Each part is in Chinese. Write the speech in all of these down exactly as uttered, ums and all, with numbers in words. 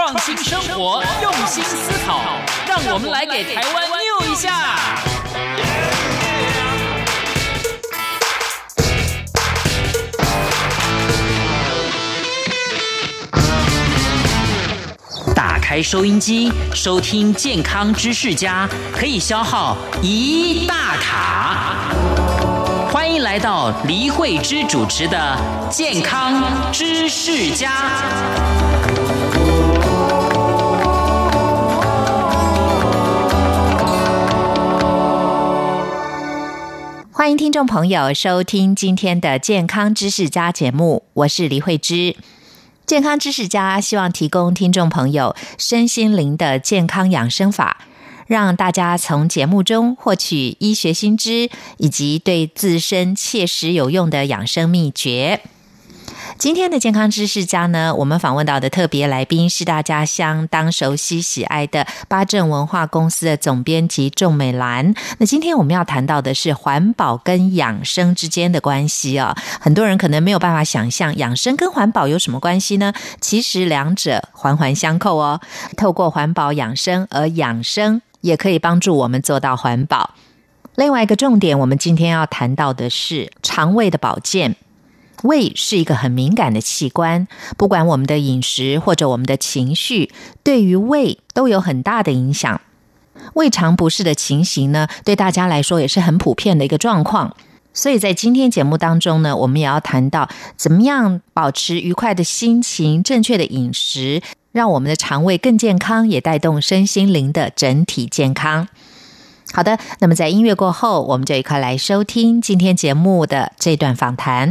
创新生活，用心思考，让我们来给台湾 new 一下。打开收音机，收听健康知识家，可以消耗一大卡。欢迎来到黎慧芝主持的健康知识家。 欢迎听众朋友收听今天的健康知识家节目，我是黎慧芝。健康知识家希望提供听众朋友身心灵的健康养生法，让大家从节目中获取医学新知，以及对自身切实有用的养生秘诀。今天的健康知识家呢，我们访问到的特别来宾是大家相当熟悉喜爱的八正文化公司的总编辑仲美兰。那今天我们要谈到的是环保跟养生之间的关系啊、哦。很多人可能没有办法想象养生跟环保有什么关系呢？其实两者环环相扣哦。透过环保养生，而养生也可以帮助我们做到环保。另外一个重点，我们今天要谈到的是肠胃的保健。胃是一个很敏感的器官，不管我们的饮食或者我们的情绪，对于胃都有很大的影响。胃肠不适的情形呢，对大家来说也是很普遍的一个状况。所以在今天节目当中呢，我们也要谈到怎么样保持愉快的心情，正确的饮食，让我们的肠胃更健康，也带动身心灵的整体健康。好的，那么在音乐过后，我们就一块来收听今天节目的这段访谈。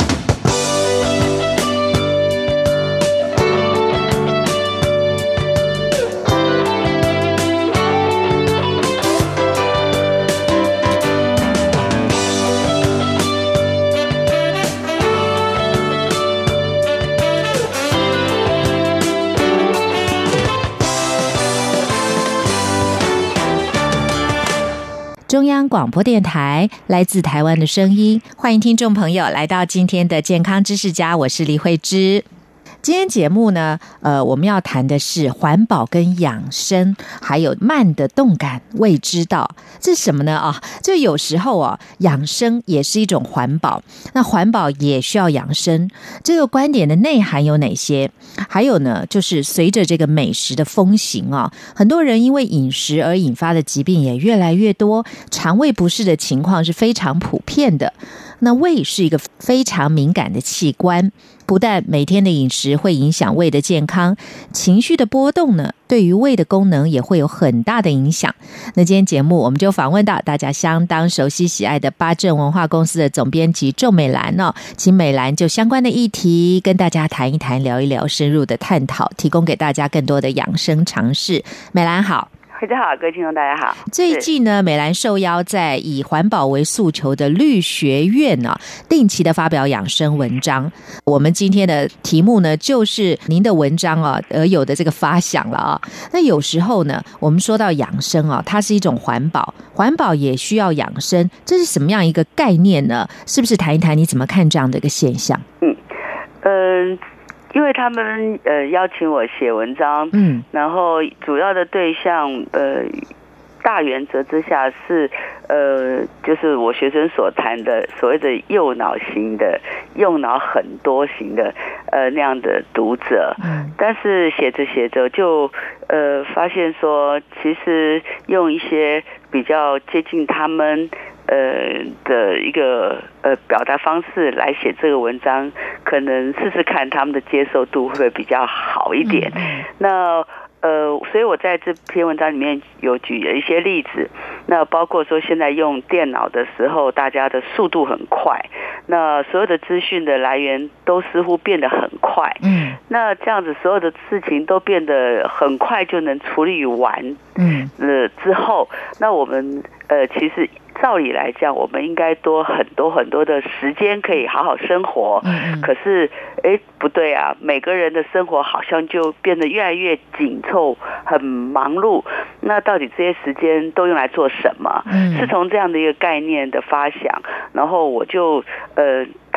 中央广播电台，来自台湾的声音，欢迎听众朋友来到今天的健康知识家，我是黎慧芝。今天节目呢，呃，我们要谈的是环保跟养生，还有慢的动感胃之道。这是什么呢？啊，就有时候啊，养生也是一种环保，那环保也需要养生。这个观点的内涵有哪些？还有呢，就是随着这个美食的风行啊，很多人因为饮食而引发的疾病也越来越多，肠胃不适的情况是非常普遍的。那胃是一个非常敏感的器官，不但每天的饮食会影响胃的健康，情绪的波动呢，对于胃的功能也会有很大的影响。那今天节目我们就访问到大家相当熟悉喜爱的八正文化公司的总编辑仲美兰哦，请美兰就相关的议题跟大家谈一谈，聊一聊，深入的探讨，提供给大家更多的养生常识。美兰好。 大家好，各位听众大家好。 这一季呢，美兰受邀在以环保为诉求的绿学院啊，定期的发表养生文章。我们今天的题目呢，就是您的文章啊而有的这个发想了啊。那有时候呢，我们说到养生啊，它是一种环保，环保也需要养生，这是什么样一个概念呢？是不是谈一谈你怎么看这样的一个现象？ 嗯，呃。因为他们呃邀请我写文章，嗯，然后主要的对象呃大原则之下是呃就是我学生所谈的所谓的右脑型的用脑很多型的呃那样的读者，嗯，但是写着写着就呃发现说，其实用一些比较接近他们呃的一个呃表达方式来写这个文章，可能试试看他们的接受度会不会比较好一点。嗯、那呃，所以我在这篇文章里面有举了一些例子，那包括说现在用电脑的时候，大家的速度很快，那所有的资讯的来源都似乎变得很快，嗯，那这样子所有的事情都变得很快就能处理完，嗯，呃之后，那我们呃其实。照理来讲，我们应该多很多很多的时间可以好好生活。嗯、可是，哎，不对啊！每个人的生活好像就变得越来越紧凑，很忙碌。那到底这些时间都用来做什么？嗯、是从这样的一个概念的发想，然后我就呃。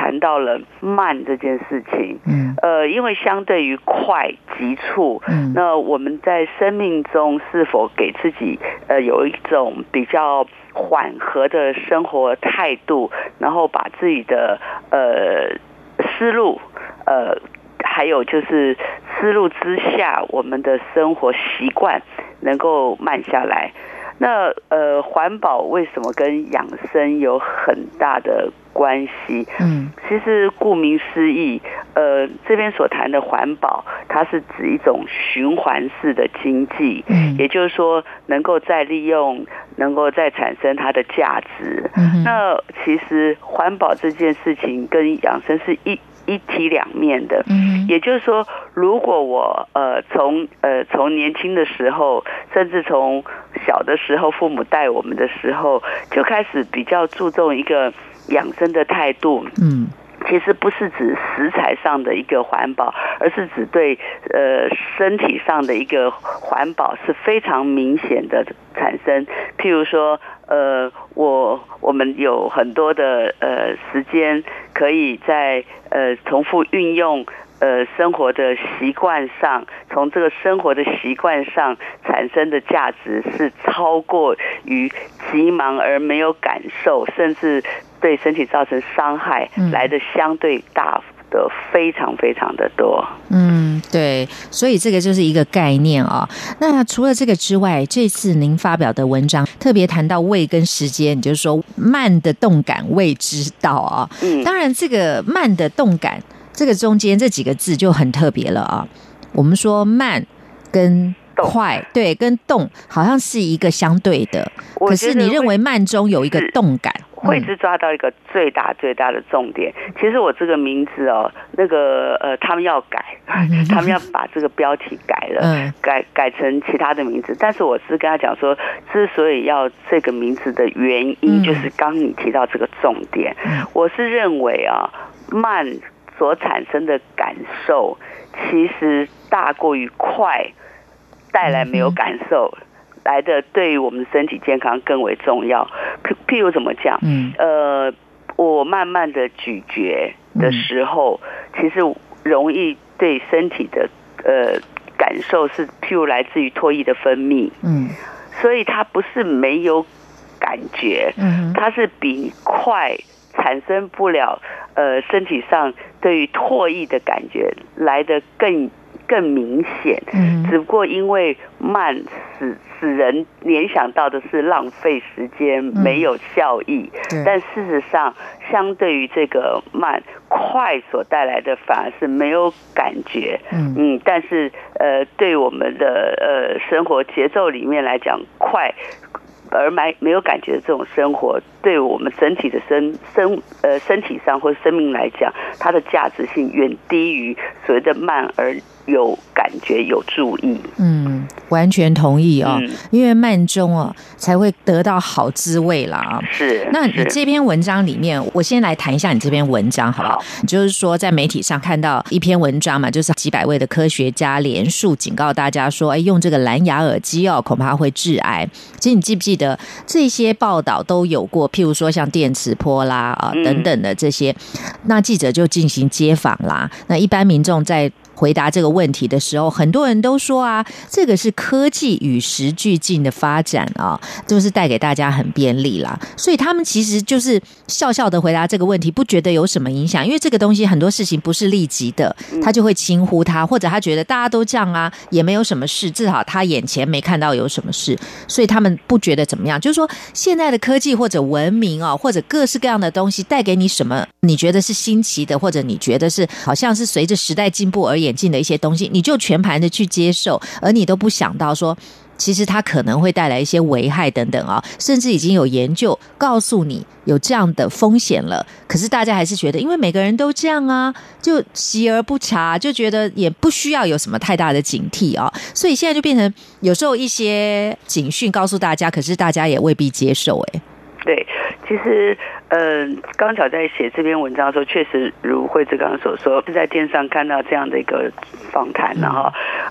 谈到了慢这件事情。嗯，呃，因为相对于快急促，嗯，那我们在生命中是否给自己呃有一种比较缓和的生活态度，然后把自己的呃思路呃。还有就是思路之下，我们的生活习惯能够慢下来。那呃，环保为什么跟养生有很大的关系？嗯，其实顾名思义，呃，这边所谈的环保，它是指一种循环式的经济，嗯，也就是说，能够再利用，能够再产生它的价值。嗯，那其实环保这件事情跟养生是一。一体两面的，嗯，也就是说，如果我呃从呃从年轻的时候，甚至从小的时候，父母带我们的时候，就开始比较注重一个养生的态度，嗯。其实不是指食材上的一个环保，而是指对呃身体上的一个环保是非常明显的产生。譬如说，呃，我我们有很多的呃时间可以在呃重复运用。呃，生活的习惯上，从这个生活的习惯上产生的价值是超过于急忙而没有感受，甚至对身体造成伤害来的相对大的非常非常的多。 嗯，对，所以这个就是一个概念啊、哦。那除了这个之外，这次您发表的文章特别谈到胃跟时间，就是说慢的动感胃知道啊、哦。嗯，当然这个慢的动感。这个中间这几个字就很特别了啊！我们说慢跟快，对，跟动好像是一个相对的。可是你认为慢中有一个动感？ 慧芝抓到一个最大最大的重点。其实我这个名字哦，那个呃，他们要改，他们要把这个标题改了，嗯、改改成其他的名字。但是我是跟他讲说，之所以要这个名字的原因，嗯、就是刚你提到这个重点。嗯、我是认为啊，慢。所产生的感受其实大过于快带来没有感受来的对于我们身体健康更为重要。譬譬如怎么讲？嗯，呃，我慢慢的咀嚼的时候，其实容易对身体的呃感受是譬如来自于唾液的分泌。嗯，所以它不是没有感觉，嗯，它是比快产生不了呃身体上对于唾液的感觉来得更更明显，嗯，只不过因为慢使使人联想到的是浪费时间，嗯、没有效益，但事实上相对于这个慢，快所带来的反而是没有感觉，嗯嗯，但是呃对我们的呃生活节奏里面来讲，快而没没有感觉的这种生活，对我们整体的身身呃身体上或生命来讲，它的价值性远低于所谓的慢而有感觉有注意。嗯， 完全同意哦，嗯、因为慢中哦才会得到好滋味啦。 是， 那你这篇文章里面，我先来谈一下你这篇文章好不好？好，就是说在媒体上看到一篇文章嘛，就是几百位的科学家联署警告大家说，哎，用这个蓝牙耳机哦，恐怕会致癌。其实你记不记得这些报道都有过？譬如说像电磁波啦啊、呃、等等的这些，那记者就进行街访啦。那一般民众在回答这个问题的时候，很多人都说啊，这个是科技与时俱进的发展啊，就是带给大家很便利啦。所以他们其实就是笑笑的回答这个问题，不觉得有什么影响，因为这个东西很多事情不是立即的，他就会轻忽它，或者他觉得大家都这样啊，也没有什么事，至少他眼前没看到有什么事，所以他们不觉得怎么样。就是说，现在的科技或者文明哦，或者各式各样的东西带给你什么，你觉得是新奇的，或者你觉得是好像是随着时代进步而演进的一些东西，你就全盘的去接受，而你都不想到说其实它可能会带来一些危害等等啊，甚至已经有研究告诉你有这样的风险了，可是大家还是觉得因为每个人都这样啊，就习而不察，就觉得也不需要有什么太大的警惕啊，所以现在就变成有时候一些警讯告诉大家，可是大家也未必接受。哎， 对，其实呃，刚巧在写这篇文章的时候，确实如慧芝刚刚所说，是在电视上看到这样的一个访谈，然后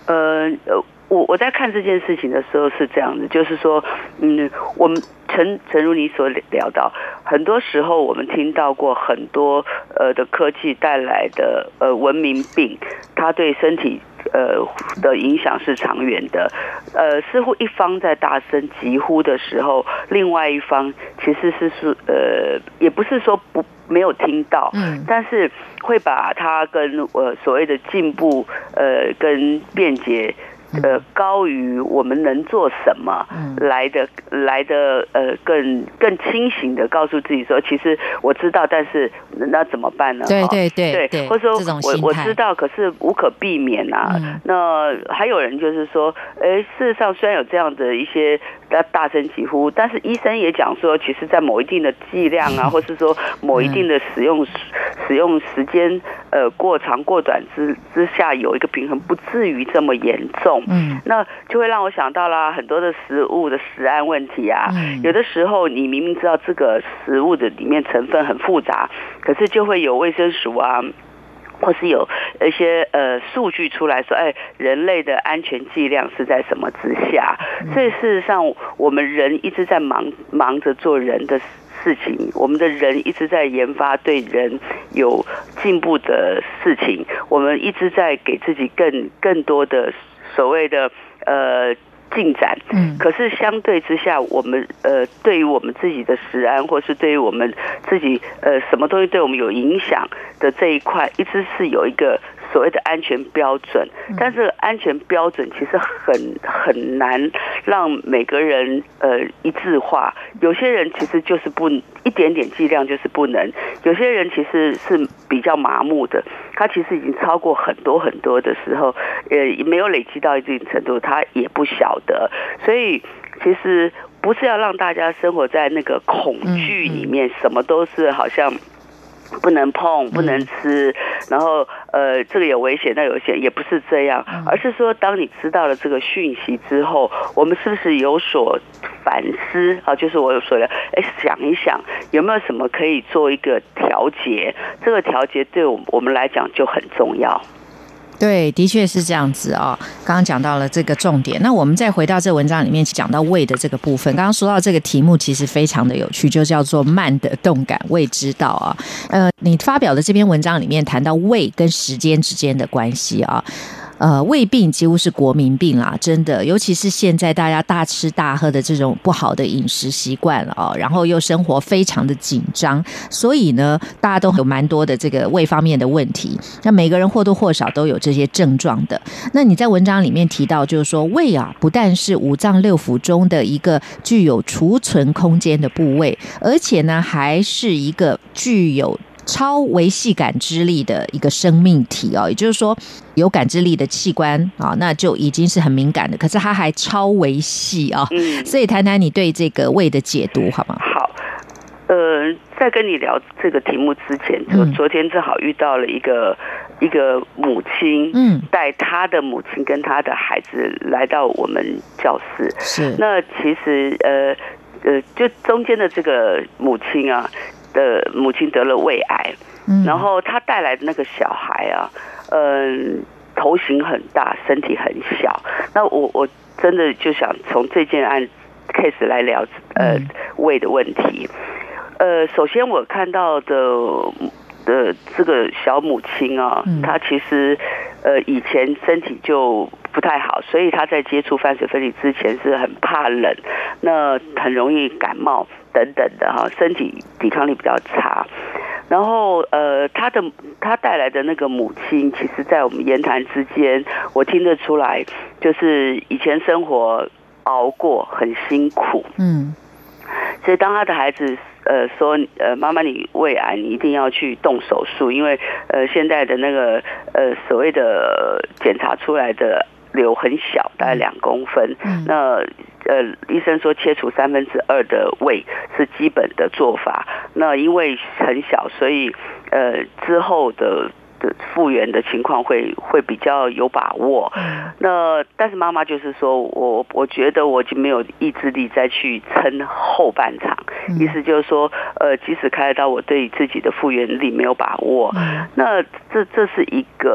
呃呃。我我在看这件事情的时候是这样子，就是说，嗯，我们诚诚如你所聊到，很多时候我们听到过很多呃的科技带来的呃文明病，它对身体呃的影响是长远的，呃，似乎一方在大声疾呼的时候，另外一方其实是是呃，也不是说不没有听到，嗯，但是会把它跟呃所谓的进步呃跟便捷。呃，高于我们能做什么来的来的呃更更清醒的告诉自己说，其实我知道，但是那怎么办呢？ 对对对对， 或者说我我知道，可是无可避免啊。嗯、那还有人就是说，哎，事实上虽然有这样的一些大大声疾呼，但是医生也讲说，其实在某一定的剂量啊，或是说某一定的使用、嗯、使用时间呃过长过短之之下有一个平衡，不至于这么严重。嗯，那就会让我想到啦，很多的食物的食安问题啊。嗯，有的时候你明明知道这个食物的里面成分很复杂，可是就会有卫生署啊。或是有一些呃数据出来说，哎，人类的安全剂量是在什么之下？所以事实上，我们人一直在忙忙着做人的事情，我们的人一直在研发对人有进步的事情，我们一直在给自己更更多的所谓的呃进展。嗯，可是相对之下，我们呃对于我们自己的食安，或是对于我们自己呃什么东西对我们有影响的这一块，一直是有一个所谓的安全标准，但是安全标准其实很很难让每个人呃一致化。有些人其实就是不一点点剂量就是不能，有些人其实是比较麻木的，他其实已经超过很多很多的时候，呃没有累积到一定程度，他也不晓得。所以其实不是要让大家生活在那个恐惧里面，什么都是好像不能碰不能吃，然后呃这个有危险那有危险，也不是这样，而是说当你知道了这个讯息之后，我们是不是有所反思啊？就是我有说的，哎，想一想有没有什么可以做一个调节，这个调节对我们来讲就很重要。 对，的确是这样子啊、哦。刚刚讲到了这个重点，那我们再回到这个文章里面讲到胃的这个部分。刚刚说到这个题目其实非常的有趣，就叫做慢的动感胃之道啊。呃，你发表的这篇文章里面谈到胃跟时间之间的关系啊。呃，胃病几乎是国民病啦，真的，尤其是现在大家大吃大喝的这种不好的饮食习惯了哦，然后又生活非常的紧张，所以呢，大家都有蛮多的这个胃方面的问题。那每个人或多或少都有这些症状的。那你在文章里面提到，就是说胃啊，不但是五脏六腑中的一个具有储存空间的部位，而且呢，还是一个具有超微细感知力的一个生命体哦，也就是说有感知力的器官啊，那就已经是很敏感的，可是它还超微细啊、嗯，所以谈谈你对这个胃的解读好吗？ 好，呃，在跟你聊这个题目之前，就昨天正好遇到了一个、嗯、一个母亲，嗯，带她的母亲跟她的孩子来到我们教室，是，那其实呃呃，就中间的这个母亲啊。的母亲得了胃癌，嗯、然后她带来的那个小孩啊，嗯、呃，头型很大，身体很小。那我我真的就想从这件案 case 来聊呃胃的问题。呃，首先我看到的的这个小母亲啊，嗯、她其实呃以前身体就不太好，所以她在接触饭水分离之前是很怕冷，那很容易感冒等等的哈，身体抵抗力比较差。然后呃，他的他带来的那个母亲，其实在我们言谈之间，我听得出来，就是以前生活熬过很辛苦，嗯，所以当他的孩子呃说呃妈妈你胃癌你一定要去动手术，因为呃现在的那个呃所谓的检查出来的瘤很小，大概两公分，嗯、那。呃，医生说切除三分之二的胃是基本的做法。那因为很小，所以呃之后的的复原的情况会会比较有把握。那但是妈妈就是说我我觉得我已经没有意志力再去撑后半场，意思就是说呃即使开刀，我对自己的复原力没有把握。那这这是一个。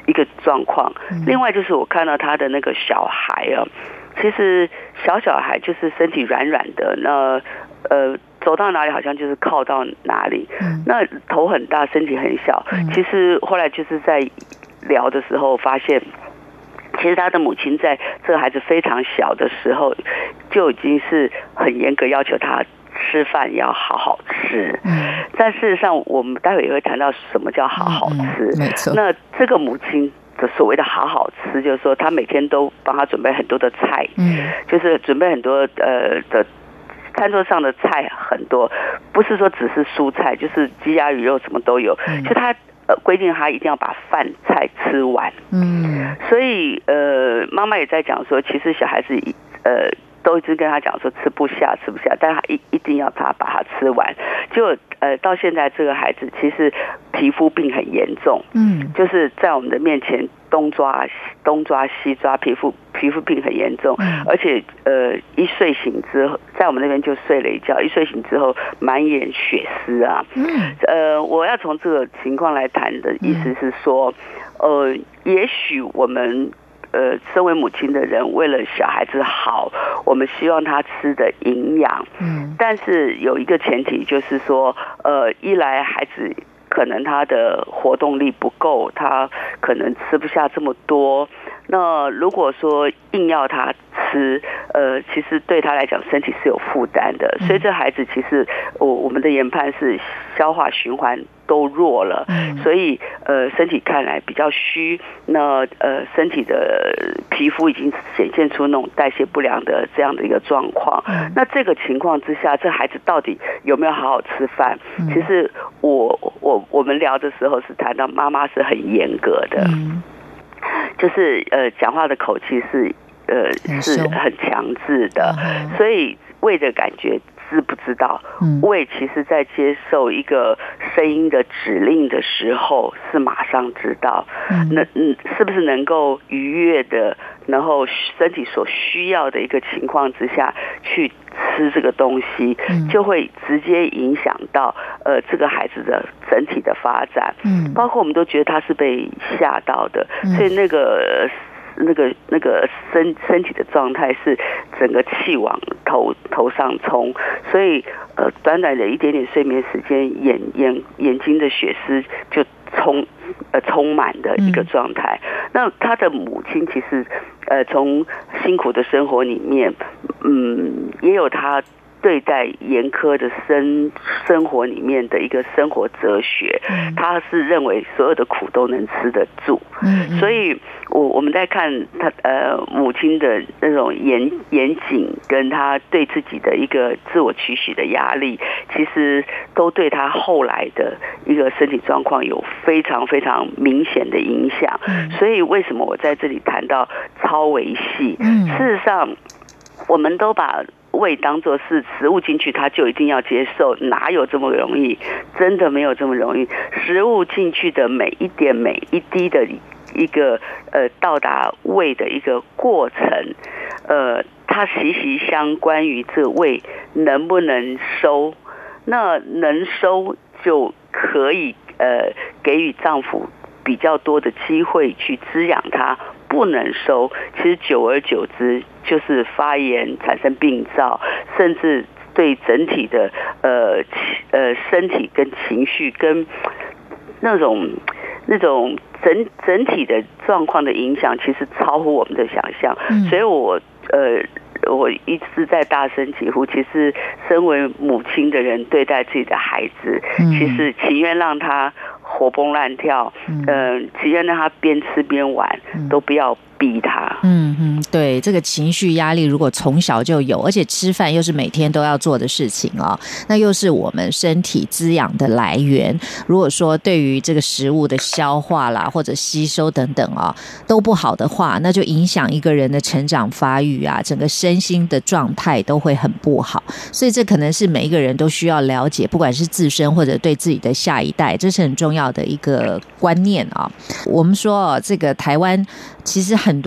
一个状况。另外就是我看到他的那个小孩啊，其实小小孩就是身体软软的，那呃走到哪里好像就是靠到哪里，那头很大，身体很小。其实后来就是在聊的时候发现，其实他的母亲在这个孩子非常小的时候就已经是很严格要求他吃饭要好好吃，嗯，但事实上我们待会也会谈到什么叫好好吃， 嗯、没错。 那这个母亲的所谓的好好吃，就是说她每天都帮他准备很多的菜，嗯，就是准备很多呃的餐桌上的菜很多，不是说只是蔬菜，就是鸡鸭鱼肉什么都有，嗯、就他呃规定他一定要把饭菜吃完，嗯，所以呃妈妈也在讲说，其实小孩子呃。都一直跟他讲说吃不下吃不下，但他一一定要他把它吃完。就呃到现在这个孩子其实皮肤病很严重，嗯，就是在我们的面前东抓东抓西抓，皮肤皮肤病很严重，嗯、而且呃一睡醒之后，在我们那边就睡了一觉，一睡醒之后满眼血丝啊，嗯，呃我要从这个情况来谈的意思是说，呃也许我们。呃，身为母亲的人，为了小孩子好，我们希望他吃的营养。嗯，但是有一个前提，就是说，呃，一来孩子可能他的活动力不够，他可能吃不下这么多。那如果说硬要他吃，呃，其实对他来讲身体是有负担的。所以这孩子其实我我们的研判是消化循环都弱了，所以呃身体看来比较虚，那呃身体的皮肤已经显现出那种代谢不良的这样的一个状况。那这个情况之下，这孩子到底有没有好好吃饭？其实我我我们聊的时候是谈到妈妈是很严格的。就是呃，讲话的口气是呃是很强制的，所以胃的感觉知不知道？胃其实在接受一个声音的指令的时候是马上知道，那嗯是不是能够愉悦的，然后身体所需要的一个情况之下去吃这个东西，就会直接影响到呃这个孩子的整体的发展。嗯，包括我们都觉得他是被吓到的，所以那个。那个那个身身体的状态是整个气往头头上冲，所以呃短短的一点点睡眠时间，眼眼眼睛的血丝就充呃充满的一个状态。那他的母亲其实呃从辛苦的生活里面，嗯也有他对待严苛的生生活里面的一个生活哲学，他是认为所有的苦都能吃得住，所以我我们在看他呃母亲的那种严严谨，跟他对自己的一个自我期许的压力，其实都对他后来的一个身体状况有非常非常明显的影响。所以为什么我在这里谈到超维系？事实上，我们都把胃当作是食物进去他就一定要接受，哪有这么容易？真的没有这么容易。食物进去的每一点每一滴的一个呃到达胃的一个过程，呃它息息相关于这胃能不能收。那能收就可以呃给予脏腑比较多的机会去滋养它，不能收，其实久而久之就是发炎、产生病灶，甚至对整体的呃呃身体跟情绪跟那种那种整整体的状况的影响，其实超乎我们的想象。嗯、所以我呃。我一直在大声疾呼，其实身为母亲的人对待自己的孩子，嗯、其实情愿让他活蹦乱跳，嗯、呃，情愿让他边吃边玩，嗯、都不要逼他。 嗯嗯，对，这个情绪压力如果从小就有，而且吃饭又是每天都要做的事情哦，那又是我们身体滋养的来源。如果说对于这个食物的消化啦，或者吸收等等啊、哦，都不好的话，那就影响一个人的成长发育啊，整个身心的状态都会很不好。所以这可能是每一个人都需要了解，不管是自身或者对自己的下一代，这是很重要的一个观念啊。我们说、哦、这个台湾其实很多人为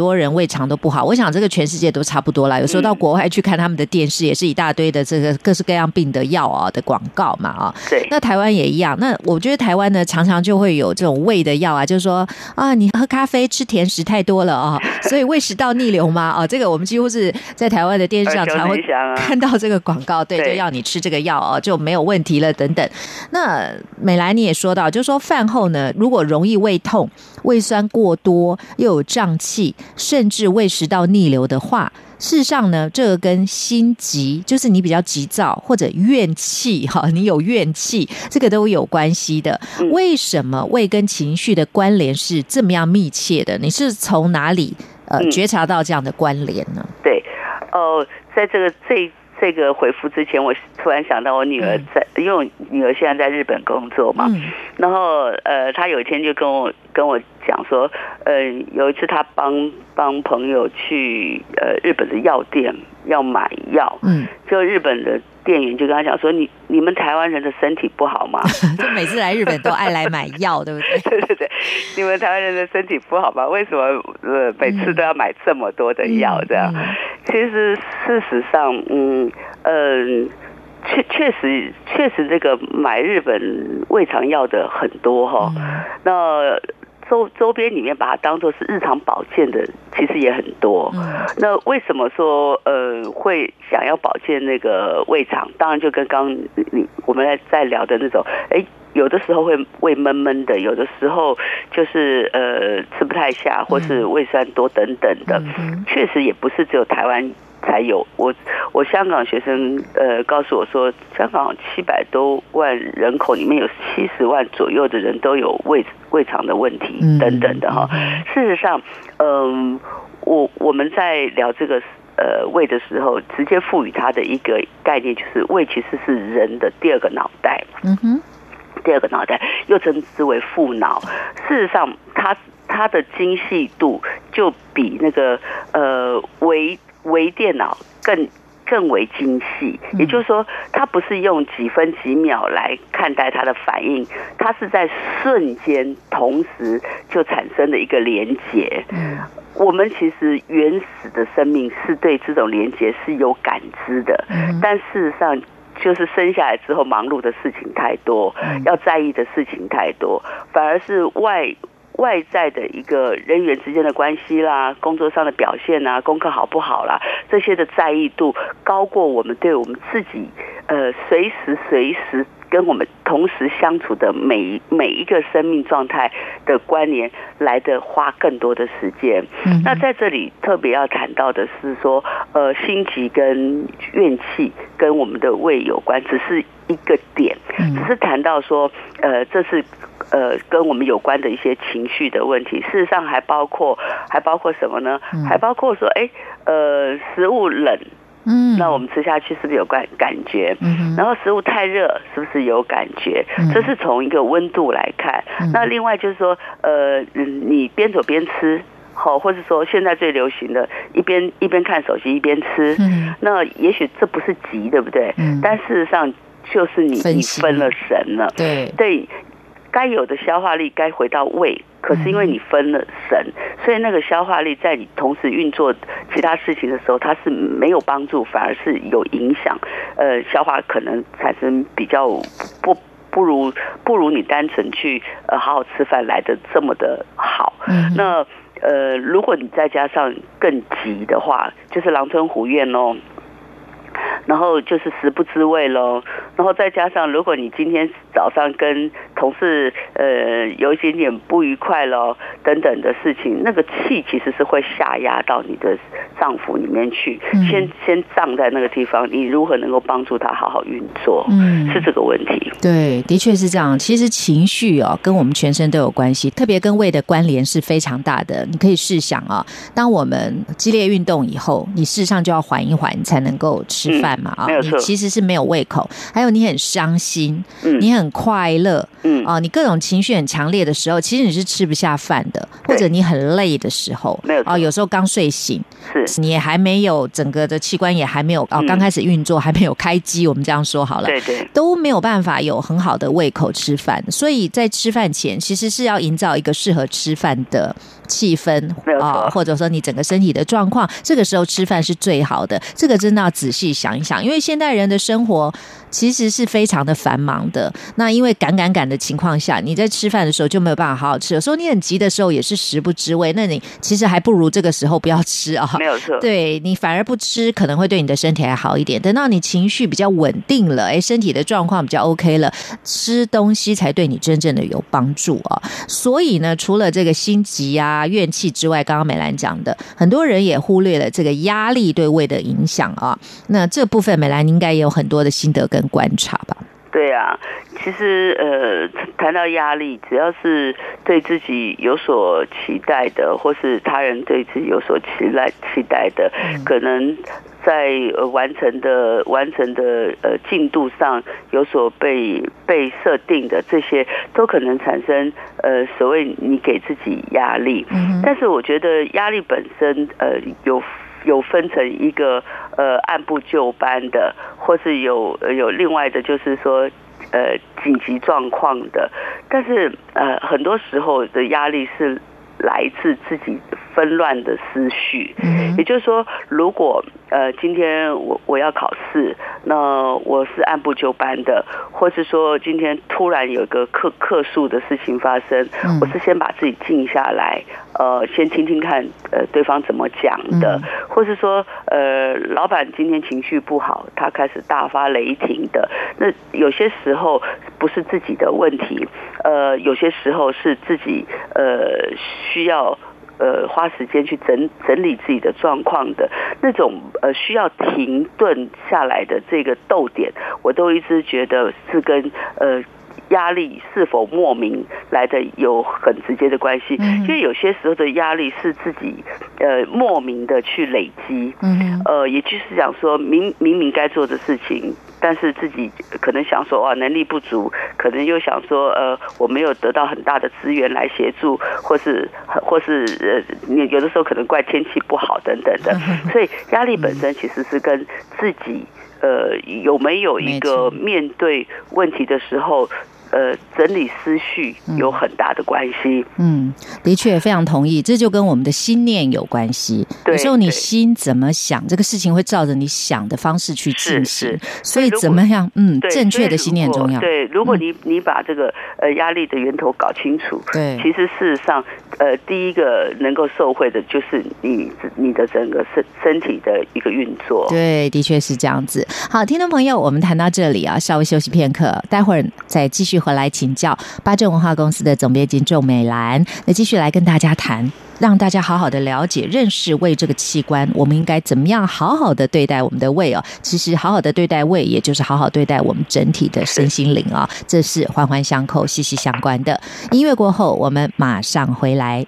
肠都不好。我想这个全世界都差不多啦。有时候到国外去看他们的电视，也是一大堆的这个各式各样病的药啊的广告嘛啊。 对。 那台湾也一样。那我觉得台湾呢，常常就会有这种胃的药啊，就是说啊，你喝咖啡吃甜食太多了啊，所以胃食道逆流嘛啊，这个我们几乎是在台湾的电视上常会看到这个广告，对，就要你吃这个药啊，就没有问题了等等。那美兰你也说到，就是说饭后呢，如果容易胃痛、胃酸过多，又有胀气，甚至胃食道逆流的话，事实上呢，这个跟心急，就是你比较急躁或者怨气哈，你有怨气，这个都有关系的。嗯、为什么胃跟情绪的关联是这么样密切的？你是从哪里呃、嗯、觉察到这样的关联呢？ 对，哦、呃，在这个这。这个回复之前，我突然想到我女儿在，嗯、因为我女儿现在在日本工作嘛，嗯、然后呃，她有一天就跟我跟我讲说，呃，有一次她帮帮朋友去呃日本的药店要买药，嗯，就日本的店员就跟她讲说，你你们台湾人的身体不好吗？ 就每次来日本都爱来买药，对不对？ 对对对，你们台湾人的身体不好吗？为什么呃每次都要买这么多的药？这样，嗯嗯、其实事实上，嗯。嗯，确确实确实，这个买日本胃肠药的很多哈。嗯、那周周边里面把它当作是日常保健的，其实也很多。嗯、那为什么说呃会想要保健那个胃肠？当然就跟刚你我们在在聊的那种，哎，有的时候会胃闷闷的，有的时候就是呃吃不太下，或是胃酸多等等的。嗯、确实也不是只有台湾才有。我我香港学生呃告诉我说，香港七百多万人口里面有七十万左右的人都有胃胃肠的问题等等的哈。嗯、事实上，嗯、呃，我我们在聊这个呃胃的时候，直接赋予它的一个概念，就是胃其实是人的第二个脑袋。嗯哼。第二个脑袋又称之为副脑。事实上，它它的精细度就比那个呃微微电脑更更为精细。也就是说，它不是用几分几秒来看待它的反应，它是在瞬间同时就产生的一个连结。我们其实原始的生命是对这种连结是有感知的，但事实上，就是生下来之后忙碌的事情太多，要在意的事情太多，反而是外外在的一个人员之间的关系啦，工作上的表现啊，功课好不好啦，这些的在意度高过我们对我们自己呃随时随时跟我们同时相处的每每一个生命状态的关联来的花更多的时间。嗯、那在这里特别要谈到的是说，呃，心急跟怨气跟我们的胃有关，只是一个点，只是谈到说，呃，这是呃跟我们有关的一些情绪的问题。事实上还包括还包括什么呢？嗯、还包括说，哎，呃，食物冷。嗯，那我们吃下去是不是有感感觉？嗯，然后食物太热是不是有感觉？嗯、这是从一个温度来看。嗯、那另外就是说，呃，你边走边吃，好，或者说现在最流行的，一边一边看手机一边吃。嗯，那也许这不是急，对不对？嗯，但事实上就是你你分了神了。对对。该有的消化力该回到胃，可是因为你分了神，所以那个消化力在你同时运作其他事情的时候，它是没有帮助，反而是有影响。呃，消化可能产生比较不不如不如你单纯去呃好好吃饭来的这么的好。嗯、那呃，如果你再加上更急的话，就是狼吞虎咽喽。然后就是食不知味咯，然后再加上如果你今天早上跟同事呃有一点点不愉快咯等等的事情，那个气其实是会下压到你的脏腑里面去，嗯、先先胀在那个地方，你如何能够帮助它好好运作？嗯，是这个问题。 对，的确是这样。其实情绪哦跟我们全身都有关系，特别跟胃的关联是非常大的。你可以试想啊、哦，当我们激烈运动以后，你事实上就要缓一缓，你才能够吃饭嘛啊、嗯哦，你其实是没有胃口，还有你很伤心，嗯、你很快乐，嗯啊、哦，你各种情绪很强烈的时候，其实你是吃不下饭的，或者你很累的时候， 没有啊， 有时候刚睡醒， 是你也还没有整个的器官也还没有啊，刚开始运作，还没有开机，我们这样说好了， 对对， 都没有办法有很好的胃口吃饭，所以在吃饭前其实是要营造一个适合吃饭的气氛啊，或者说你整个身体的状况，这个时候吃饭是最好的。这个真的要仔细想一想，因为现代人的生活其实是非常的繁忙的。那因为赶赶赶的情况下，你在吃饭的时候就没有办法好好吃。有时候你很急的时候也是食不知味，那你其实还不如这个时候不要吃啊。 没有错， 对你反而不吃可能会对你的身体还好一点。等到你情绪比较稳定了，哎，身体的状况比较 OK 了，吃东西才对你真正的有帮助啊。所以呢，除了这个心急啊、怨气之外，刚刚美兰讲的，很多人也忽略了这个压力对胃的影响啊。那这部分美兰应该也有很多的心得跟观察吧？ 对啊，其实呃，谈到压力，只要是对自己有所期待的，或是他人对自己有所期待期待的，嗯、可能在呃完成的完成的呃进度上有所被被设定的，这些都可能产生呃所谓你给自己压力。嗯、但是我觉得压力本身呃有。有分成一个呃按部就班的，或是有有另外的，就是说呃紧急状况的。但是呃很多时候的压力是来自自己纷乱的思绪，嗯、也就是说，如果呃今天我我要考试，那我是按部就班的，或是说今天突然有一个客客诉的事情发生，嗯、我是先把自己静下来，呃，先听听看呃对方怎么讲的，嗯、或是说呃老板今天情绪不好，他开始大发雷霆的，那有些时候不是自己的问题，呃，有些时候是自己呃需要。呃，花时间去整整理自己的状况的那种呃需要停顿下来的这个逗点，我都一直觉得是跟呃压力是否莫名来的有很直接的关系。嗯、因为有些时候的压力是自己呃莫名的去累积，嗯、呃，也就是讲说明明明该做的事情。但是自己可能想说，哇，能力不足，可能又想说，呃，我没有得到很大的资源来协助，或是或是呃，你有的时候可能怪天气不好等等的，所以压力本身其实是跟自己呃有没有一个面对问题的时候。呃，整理思绪有很大的关系。嗯， 的确非常同意，这就跟我们的心念有关系。有时候你心怎么想，这个事情会照着你想的方式去进行。所以怎么样，嗯，正确的心念很重要。 对，如果你你把这个呃压力的源头搞清楚，对，其实事实上，呃，第一个能够受惠的就是你你的整个身身体的一个运作。 对，的确是这样子。好，听众朋友，我们谈到这里啊，稍微休息片刻，待会儿再继续回来请教八正文化公司的总编辑仲美兰，那继续来跟大家谈，让大家好好的了解认识胃这个器官，我们应该怎么样好好的对待我们的胃哦。其实好好的对待胃，也就是好好对待我们整体的身心灵啊，这是环环相扣、息息相关的。音乐过后，我们马上回来。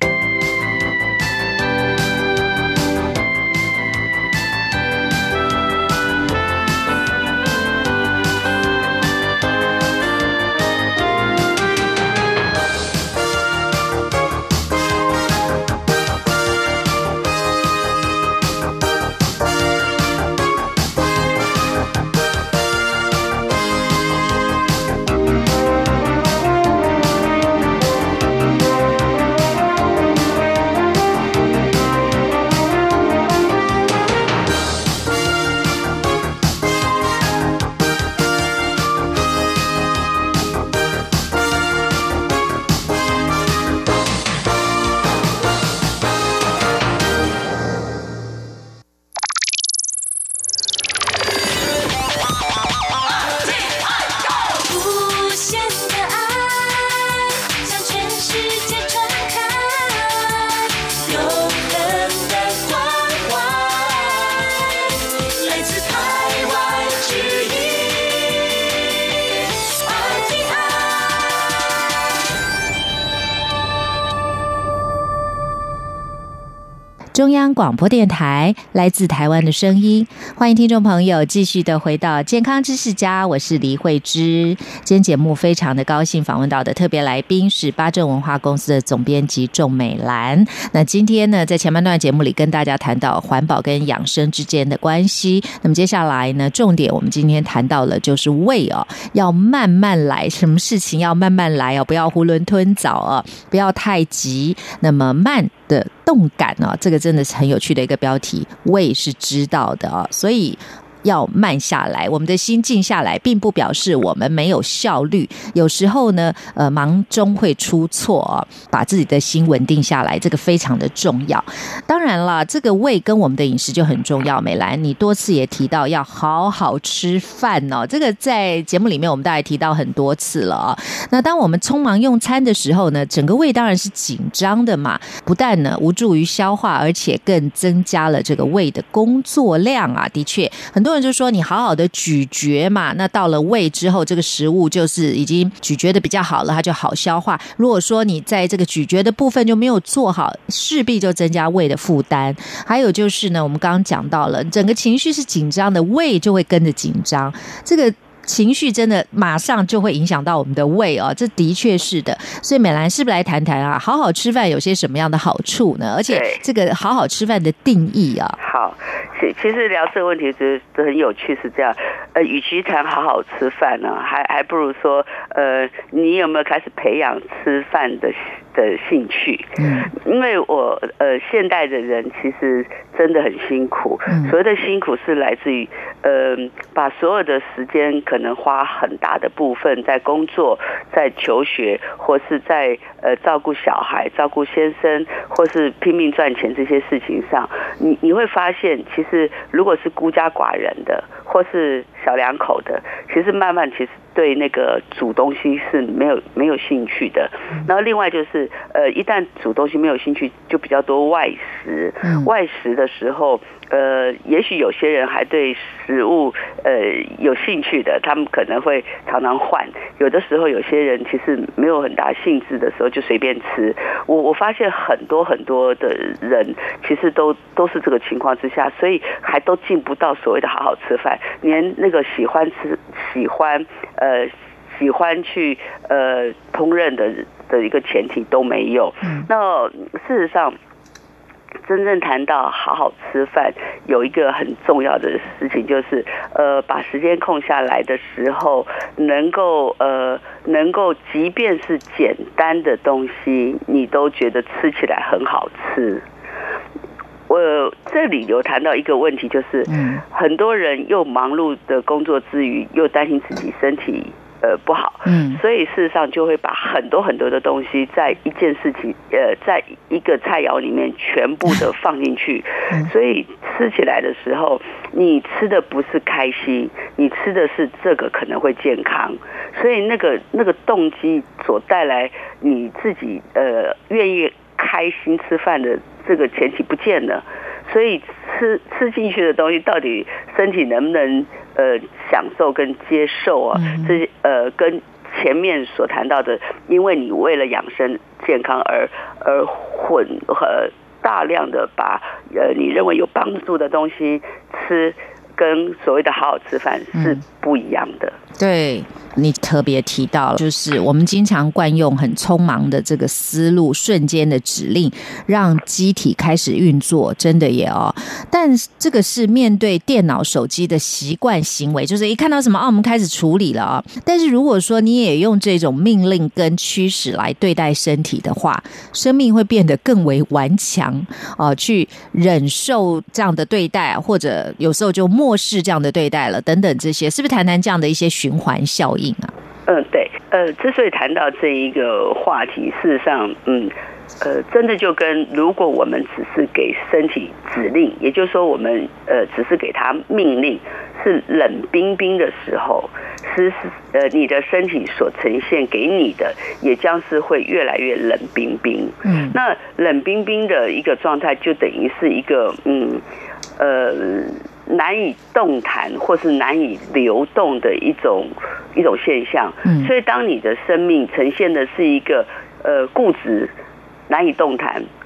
中央广播电台来自台湾的声音，欢迎听众朋友继续的回到健康知识家，我是黎慧芝。今天节目非常的高兴访问到的特别来宾是八正文化公司的总编辑仲美兰。那今天呢，在前半段节目里跟大家谈到环保跟养生之间的关系，那么接下来呢，重点我们今天谈到了就是胃哦，要慢慢来，什么事情要慢慢来哦，不要囫囵吞枣啊，不要太急，那么慢的动感哦，这个真的是很有趣的一个标题，胃是知道的哦，所以要慢下来，我们的心静下来，并不表示我们没有效率。有时候呢，呃，忙中会出错哦，把自己的心稳定下来，这个非常的重要。当然了，这个胃跟我们的饮食就很重要。美兰，你多次也提到要好好吃饭哦，这个在节目里面我们大概提到很多次了哦。那当我们匆忙用餐的时候呢，整个胃当然是紧张的嘛，不但呢无助于消化，而且更增加了这个胃的工作量啊。的确，很多很多人就说你好好的咀嚼嘛，那到了胃之后，这个食物就是已经咀嚼的比较好了，它就好消化。如果说你在这个咀嚼的部分就没有做好，势必就增加胃的负担。还有就是呢，我们刚刚讲到了，整个情绪是紧张的，胃就会跟着紧张。这个情绪真的马上就会影响到我们的胃哦，这的确是的。所以美兰是不是来谈谈啊，好好吃饭有些什么样的好处呢？而且这个好好吃饭的定义啊。 好，其实聊这个问题是很有趣，是这样。呃，与其谈好好吃饭呢，还还不如说，呃，你有没有开始培养吃饭的的兴趣？嗯，因为我呃，现代的人其实真的很辛苦。嗯，所谓的辛苦是来自于呃，把所有的时间可能花很大的部分在工作、在求学，或是在呃照顾小孩、照顾先生，或是拼命赚钱这些事情上，你你会发现，其实如果是孤家寡人的，或是小两口的，其实慢慢其实对那个煮东西是没有没有兴趣的。然后另外就是呃，一旦煮东西没有兴趣，就比较多外食。外食的时候，呃，也许有些人还对食物呃有兴趣的，他们可能会常常换。有的时候有些人其实没有很大兴致的时候，就随便吃。我我发现很多很多的人其实都都是这个情况之下，所以还都进不到所谓的好好吃饭，连那个喜欢吃、喜欢呃喜欢去呃烹饪的的一个前提都没有。那事实上，真正谈到好好吃饭，有一个很重要的事情，就是呃，把时间空下来的时候，能够呃，能够即便是简单的东西，你都觉得吃起来很好吃。我这里有谈到一个问题，就是很多人又忙碌的工作之余，又担心自己身体呃不好，嗯，所以事实上就会把很多很多的东西在一件事情，呃，在一个菜肴里面全部的放进去，所以吃起来的时候，你吃的不是开心，你吃的是这个可能会健康，所以那个那个动机所带来你自己呃愿意开心吃饭的这个前提不见了。所以吃吃进去的东西到底身体能不能呃享受跟接受啊？这呃跟前面所谈到的，因为你为了养生健康而而混和大量的把呃你认为有帮助的东西吃，跟所谓的好好吃饭是不一样的。 嗯，对。你特别提到，就是我们经常惯用很匆忙的这个思路，瞬间的指令，让机体开始运作，真的也哦。但这个是面对电脑、手机的习惯行为，就是一看到什么啊，我们开始处理了啊。但是如果说你也用这种命令跟驱使来对待身体的话，生命会变得更为顽强啊，去忍受这样的对待，或者有时候就漠视这样的对待了，等等这些，是不是谈谈这样的一些循环效应？ 嗯，对，呃，之所以谈到这一个话题，事实上，嗯，呃，真的就跟如果我们只是给身体指令，也就是说，我们呃只是给他命令，是冷冰冰的时候，是呃你的身体所呈现给你的，也将是会越来越冷冰冰。嗯，那冷冰冰的一个状态，就等于是一个嗯呃。难以动弹或是难以流动的一种一种现象，嗯，所以当你的生命呈现的是一个呃固执、难以动弹，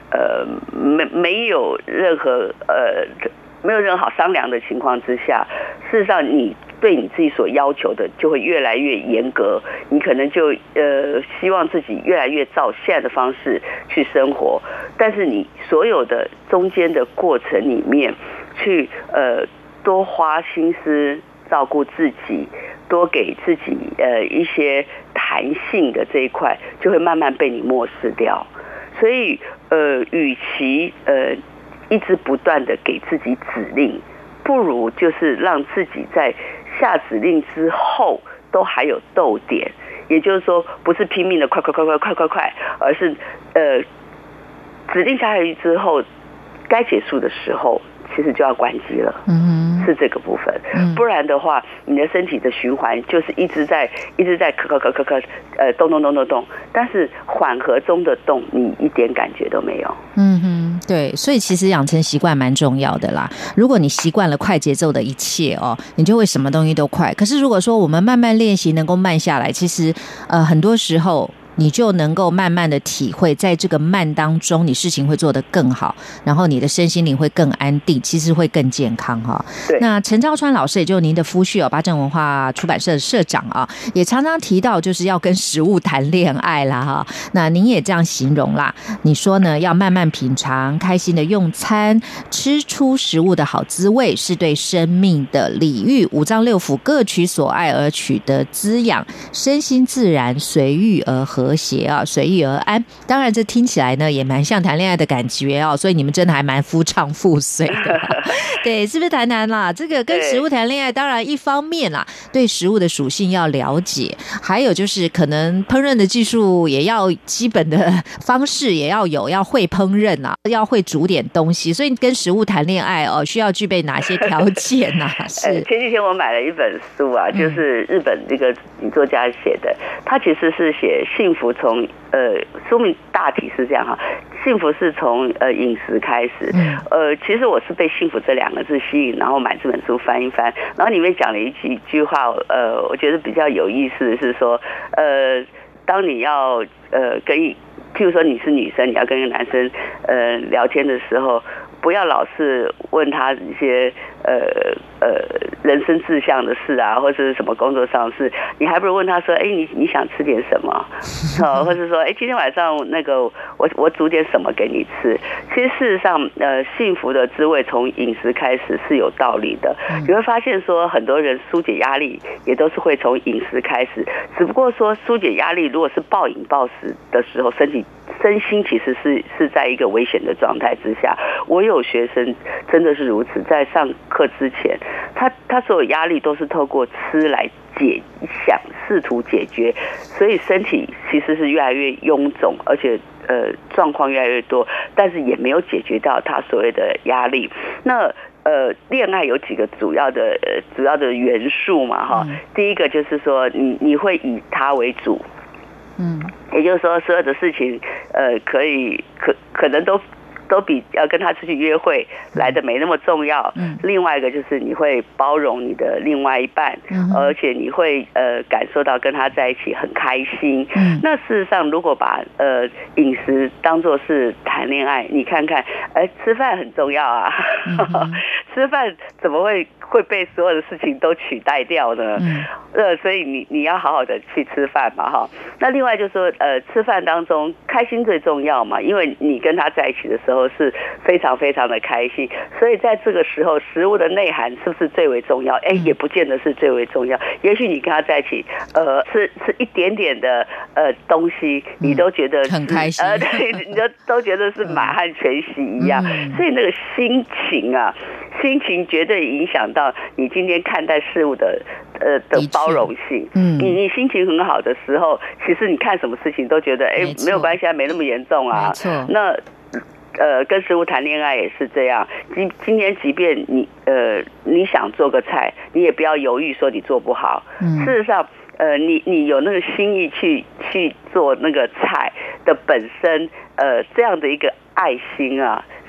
呃没没有任何呃没有任何好商量的情况之下，事实上你对你自己所要求的就会越来越严格，你可能就呃希望自己越来越照现在的方式去生活，但是你所有的中间的过程里面，去呃多花心思照顾自己，多给自己呃一些弹性的这一块，就会慢慢被你漠视掉。所以呃，与其呃一直不断的给自己指令，不如就是让自己在下指令之后都还有逗点，也就是说，不是拼命的快快快快快快快，而是呃指令下去之后，该结束的时候，其实就要关机了。嗯，是这个部分。嗯，不然的话，你的身体的循环就是一直在一直在咳咳咳咳咳，呃，动动动动动，但是缓和中的动，你一点感觉都没有。 嗯哼，对，所以其实养成习惯蛮重要的啦。如果你习惯了快节奏的一切哦，你就会什么东西都快。可是如果说我们慢慢练习，能够慢下来，其实呃很多时候，你就能够慢慢的体会，在这个慢当中，你事情会做得更好，然后你的身心灵会更安定，其实会更健康哈。那陈兆川老师，也就是您的夫婿哦，八正文化出版社的社长啊，也常常提到就是要跟食物谈恋爱啦哈。那您也这样形容啦，你说呢，要慢慢品尝，开心的用餐，吃出食物的好滋味，是对生命的礼遇，五脏六腑各取所爱而取得滋养，身心自然随遇而和。和谐啊，随遇而安。当然，这听起来呢也蛮像谈恋爱的感觉哦，所以你们真的还蛮夫唱妇随的。对，是不是谈谈啦？这个跟食物谈恋爱，当然一方面啦，对食物的属性要了解，还有就是可能烹饪的技术也要基本的方式也要有，要会烹饪啊，要会煮点东西。所以跟食物谈恋爱哦，需要具备哪些条件啊？是、 呃、前几天我买了一本书啊，就是日本这个女作家写的，她其实是写幸福从呃书名大体是这样哈，幸福是从呃饮食开始。呃，其实我是被幸福这两个字吸引，然后买这本书翻一翻，然后里面讲了一句一句话，呃，我觉得比较有意思的是说，呃，当你要呃跟，譬如说你是女生，你要跟一个男生呃聊天的时候，不要老是问他一些呃呃人生志向的事啊，或者是什么工作上的事，你还不如问他说，哎，你你想吃点什么？哦，或者说，哎，今天晚上那个我我煮点什么给你吃？其实事实上，呃，幸福的滋味从饮食开始是有道理的。你会发现说，很多人疏解压力也都是会从饮食开始，只不过说疏解压力如果是暴饮暴食的时候，身体身心其实是是在一个危险的状态之下。我有学生真的是如此，在上课之前，他他所有压力都是透过吃来解想，试图解决，所以身体其实是越来越臃肿，而且呃状况越来越多，但是也没有解决到他所谓的压力。那呃，恋爱有几个主要的呃主要的元素嘛哈、嗯，第一个就是说你你会以他为主，嗯，也就是说所有的事情呃可以可可能都。都比要跟他出去约会来的没那么重要。嗯，另外一个就是你会包容你的另外一半，嗯、而且你会呃感受到跟他在一起很开心。嗯，那事实上如果把呃饮食当作是谈恋爱，你看看，哎，吃饭很重要啊，嗯、吃饭怎么会会被所有的事情都取代掉呢？嗯，呃，所以你你要好好的去吃饭嘛，哈。那另外就是说，呃，吃饭当中开心最重要嘛，因为你跟他在一起的时候。是非常非常的开心，所以在这个时候，食物的内涵是不是最为重要？哎，也不见得是最为重要。也许你跟他在一起，呃，吃吃一点点的呃东西，你都觉得、 嗯、很开心， 呃，对，你都都觉得是满汉全席一样。嗯、所以那个心情啊，心情绝对影响到你今天看待事物的呃的包容性。嗯，你你心情很好的时候，其实你看什么事情都觉得哎没有关系啊，没那么严重啊。 没错， 那。呃，跟食物谈恋爱也是这样。今今天，即便你呃你想做个菜，你也不要犹豫说你做不好。嗯、事实上，呃，你你有那个心意去去做那个菜的本身，呃，这样的一个爱心啊，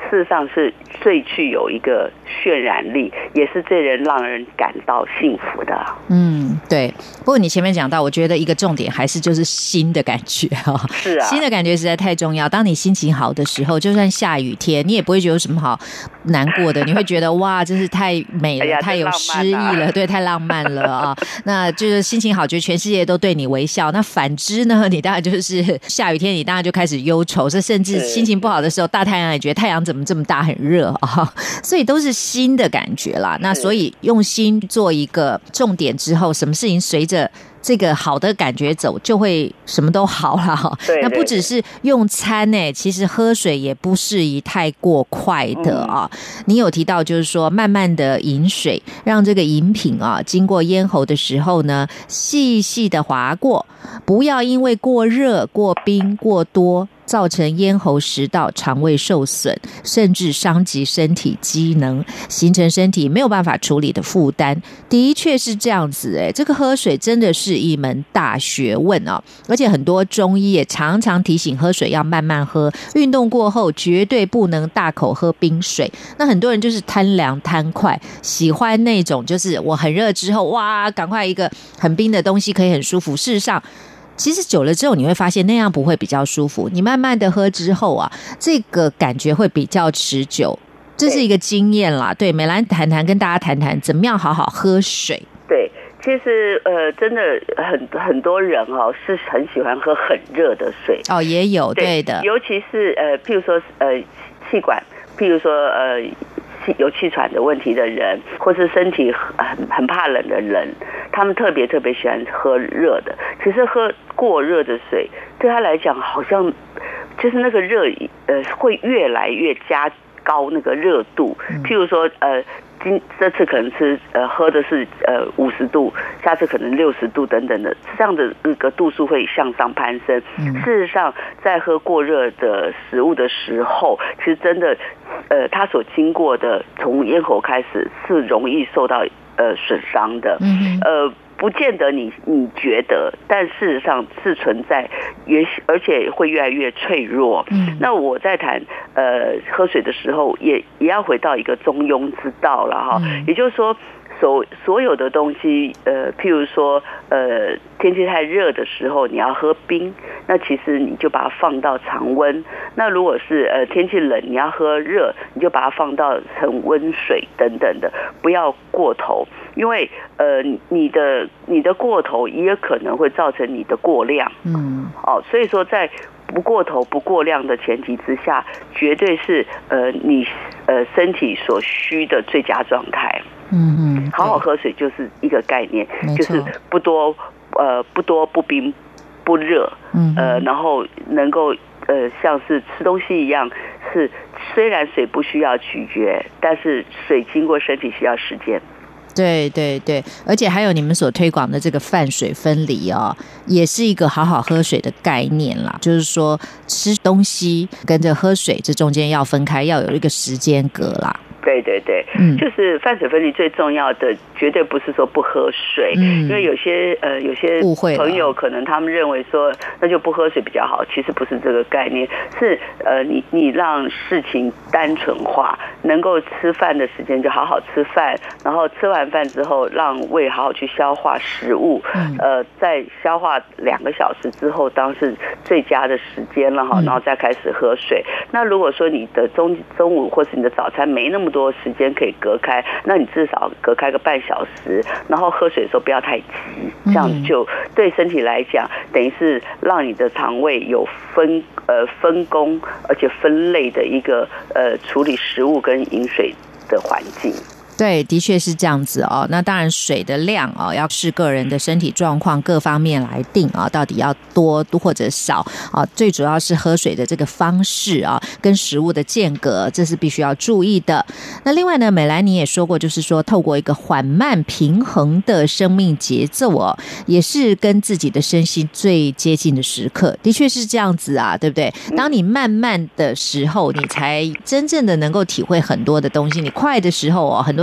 事实上是最具有一个渲染力，也是最能让人感到幸福的。 嗯，对。不过你前面讲到，我觉得一个重点还是就是心的感觉哈。 是啊， 心的感觉实在太重要。当你心情好的时候，就算下雨天，你也不会觉得有什么好难过的，你会觉得哇，真是太美了，哎、太有诗意了，对，太浪漫了啊！那就是心情好，觉得全世界都对你微笑。那反之呢，你当然就是下雨天，你当然就开始忧愁，这甚至心情不好的时候，大太阳也觉得太阳怎么这么大，很热啊！所以都是心的感觉啦。那所以用心做一个重点之后，什么事情随着这个好的感觉走，就会什么都好啦。 对对对， 那不只是用餐呢、欸，其实喝水也不适宜太过快的啊。嗯、你有提到就是说，慢慢的饮水，让这个饮品啊经过咽喉的时候呢，细细的滑过，不要因为过热、过冰、过多，造成咽喉食道、肠胃受损，甚至伤及身体机能，形成身体没有办法处理的负担。的确是这样子哎，这个喝水真的是一门大学问哦。而且很多中医也常常提醒喝水要慢慢喝，运动过后绝对不能大口喝冰水。那很多人就是贪凉贪快，喜欢那种就是我很热之后哇，赶快一个很冰的东西可以很舒服。事实上其实久了之后你会发现那样不会比较舒服，你慢慢的喝之后啊，这个感觉会比较持久，这是一个经验啦。对，美兰谈谈跟大家谈谈怎么样好好喝水。 对，其实呃，真的很很多人哦是很喜欢喝很热的水哦，也有 对, 对的， 尤其是呃，譬如说呃气管，譬如说呃有气喘的问题的人，或是身体很很怕冷的人，他们特别特别喜欢喝热的。其实喝过热的水对他来讲，好像就是那个热呃会越来越加高那个热度。譬如说呃。今这次可能是呃喝的是呃五十度，下次可能六十度等等的，这样的那个度数会向上攀升。嗯、事实上，在喝过热的食物的时候，其实真的呃它所经过的从咽喉开始是容易受到呃损伤的。嗯、呃。不见得你你觉得，但事实上是存在，也而且会越来越脆弱。嗯，那我在谈呃喝水的时候，也也要回到一个中庸之道了哈。嗯、也就是说，所所有的东西，呃，譬如说，呃，天气太热的时候，你要喝冰，那其实你就把它放到常温。那如果是呃天气冷，你要喝热，你就把它放到成温水等等的，不要过头。因为呃，你的你的过头也可能会造成你的过量，嗯，哦，所以说在不过头不过量的前提之下，绝对是呃你呃身体所需的最佳状态。嗯嗯，好好喝水就是一个概念，就是不多呃不多不冰不热，嗯，呃，然后能够呃像是吃东西一样，是虽然水不需要咀嚼，但是水经过身体需要时间。 对对对，而且还有你们所推广的这个饭水分离哦，也是一个好好喝水的概念啦。就是说吃东西跟着喝水这中间要分开，要有一个时间隔啦。 对对对，嗯，就是饭水分离最重要的，绝对不是说不喝水，嗯，因为有些呃有些朋友可能他们认为说那就不喝水比较好，其实不是这个概念，是呃你你让事情单纯化，能够吃饭的时间就好好吃饭，然后吃完饭之后让胃好好去消化食物，嗯、呃，在消化两个小时之后，当是最佳的时间了哈，然后再开始喝水。嗯、那如果说你的中中午或是你的早餐没那么多时间可以隔开，那你至少隔开个半小时，然后喝水的时候不要太急，这样就对身体来讲，等于是让你的肠胃有分呃分工而且分类的一个呃处理食物跟饮水的环境。 对，的确是这样子哦。那当然水的量哦，要视个人的身体状况各方面来定啊，到底要多或者少啊。最主要是喝水的这个方式啊，跟食物的间隔，这是必须要注意的。那另外呢，美兰你也说过，就是说透过一个缓慢平衡的生命节奏哦，也是跟自己的身心最接近的时刻。的确是这样子啊，对不对？当你慢慢的时候，你才真正的能够体会很多的东西。你快的时候哦，很多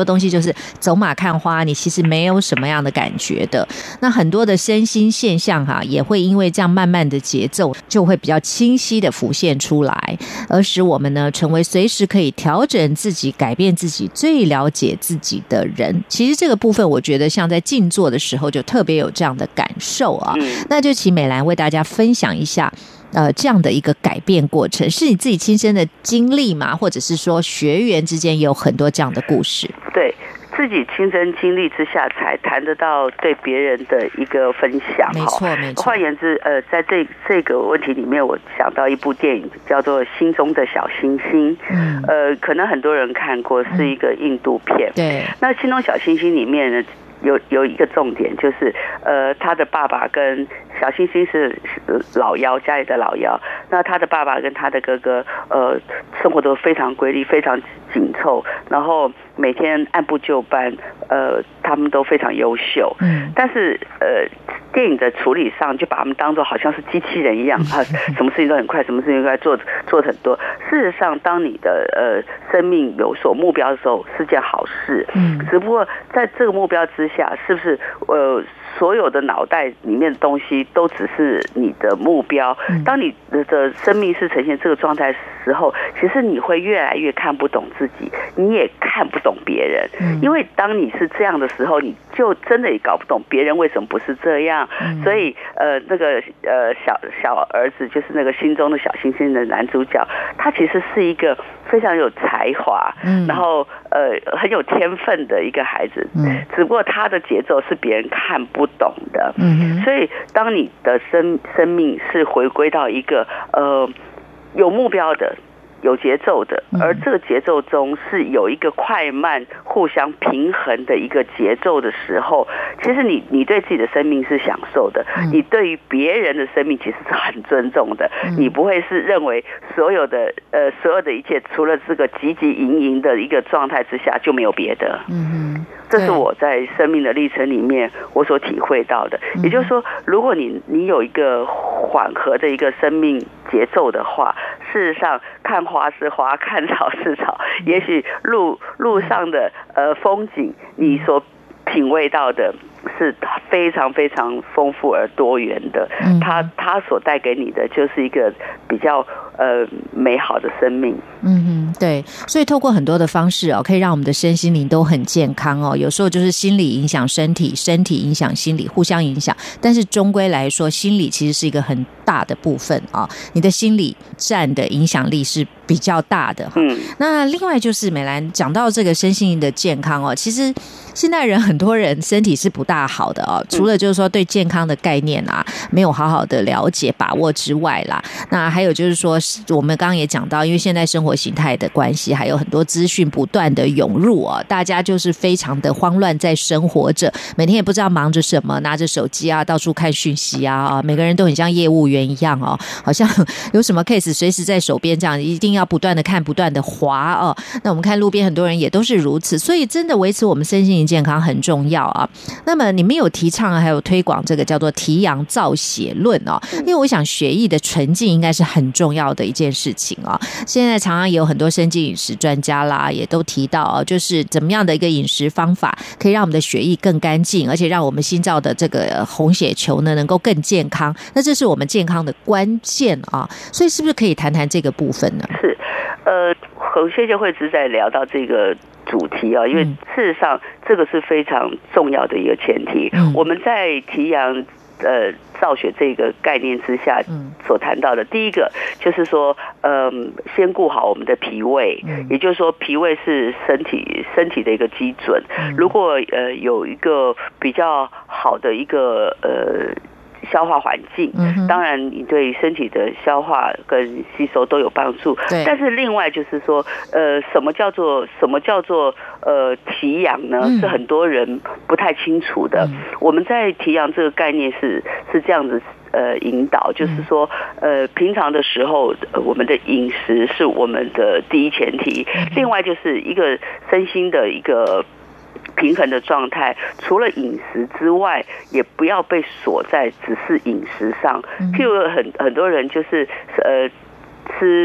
多东西就是走马看花，你其实没有什么样的感觉的。那很多的身心现象哈、啊，也会因为这样慢慢的节奏，就会比较清晰的浮现出来，而使我们呢成为随时可以调整自己、改变自己、最了解自己的人。其实这个部分，我觉得像在静坐的时候，就特别有这样的感受啊。嗯、那就请美兰为大家分享一下。呃，这样的一个改变过程，是你自己亲身的经历吗？或者是说学员之间也有很多这样的故事？ 对，自己亲身经历之下，才谈得到对别人的一个分享。 没错，没错。 换言之，呃，在这这个问题里面，我想到一部电影叫做《心中的小星星》。嗯。呃，可能很多人看过，是一个印度片。嗯、对。那《心中小星星》里面呢？有有一个重点就是，呃，他的爸爸跟小星星是老幺，家里的老幺。那他的爸爸跟他的哥哥，呃，生活都非常规律，非常紧凑，然后每天按部就班，呃，他们都非常优秀。嗯。但是，呃，电影的处理上就把他们当作好像是机器人一样啊，什么事情都很快，什么事情都快做做很多。事实上，当你的呃生命有所目标的时候，是件好事。嗯。只不过在这个目标之下，是不是呃所有的脑袋里面的东西都只是你的目标？当你的生命是呈现这个状态的时候，其实你会越来越看不懂自己，你也看不懂别人。因为当你是这样的时候，你就真的也搞不懂别人为什么不是这样。所以呃那个呃小小儿子就是那个心中的小星星的男主角，他其实是一个非常有才华，然后呃很有天分的一个孩子。只不过他的节奏是别人看不懂的。所以当你的生生命是回归到一个呃有目标的、有节奏的，而这个节奏中是有一个快慢互相平衡的一个节奏的时候，其实你你对自己的生命是享受的，你对于别人的生命其实是很尊重的，你不会是认为所有的呃所有的一切除了这个汲汲营营的一个状态之下就没有别的。嗯，这是我在生命的历程里面我所体会到的。也就是说，如果你你有一个缓和的一个生命节奏的话，事实上看花是花，看草是草，也许路路上的呃风景，你所品味到的是非常非常丰富而多元的。它它所带给你的就是一个比较呃美好的生命。 嗯哼，对，所以透过很多的方式哦，可以让我们的身心灵都很健康哦。有时候就是心理影响身体，身体影响心理，互相影响。但是终归来说，心理其实是一个很大的部分啊、哦。你的心理占的影响力是比较大的。嗯，那另外就是美兰讲到这个身心灵的健康哦，其实现代人很多人身体是不大好的哦，除了就是说对健康的概念啊没有好好的了解把握之外啦，那还有就是说我们刚刚也讲到，因为现在生活形态的关系，还有很多资讯不断的涌入哦，大家就是非常的慌乱在生活着，每天也不知道忙着什么，拿着手机啊到处看讯息啊，每个人都很像业务员一样哦，好像有什么 case 随时在手边，这样一定要不断的看不断的滑哦。那我们看路边很多人也都是如此，所以真的维持我们身心灵健康很重要啊。那么你们有提倡还有推广这个叫做提阳造血论哦，因为我想血液的纯净应该是很重要的一件事情啊。现在常常也有很多生计饮食专家啦，也都提到、啊、就是怎么样的一个饮食方法可以让我们的血液更干净，而且让我们心脏的这个红血球呢能够更健康。那这是我们健康的关键啊，所以是不是可以谈谈这个部分呢？ 是，呃，侯先生会只在聊到这个主题啊，因为事实上这个是非常重要的一个前提。嗯、我们在提阳呃造血这个概念之下所谈到的，第一个就是说，嗯，先顾好我们的脾胃，也就是说，脾胃是身体身体的一个基准。如果呃有一个比较好的一个呃。消化环境，当然你对身体的消化跟吸收都有帮助。但是另外就是说，呃，什么叫做什么叫做呃提阳呢？是很多人不太清楚的。嗯、我们在提阳这个概念是是这样子呃引导，就是说呃平常的时候，呃、我们的饮食是我们的第一前提。另外就是一个身心的一个平衡的状态，除了饮食之外，也不要被锁在只是饮食上。譬如很很多人就是呃吃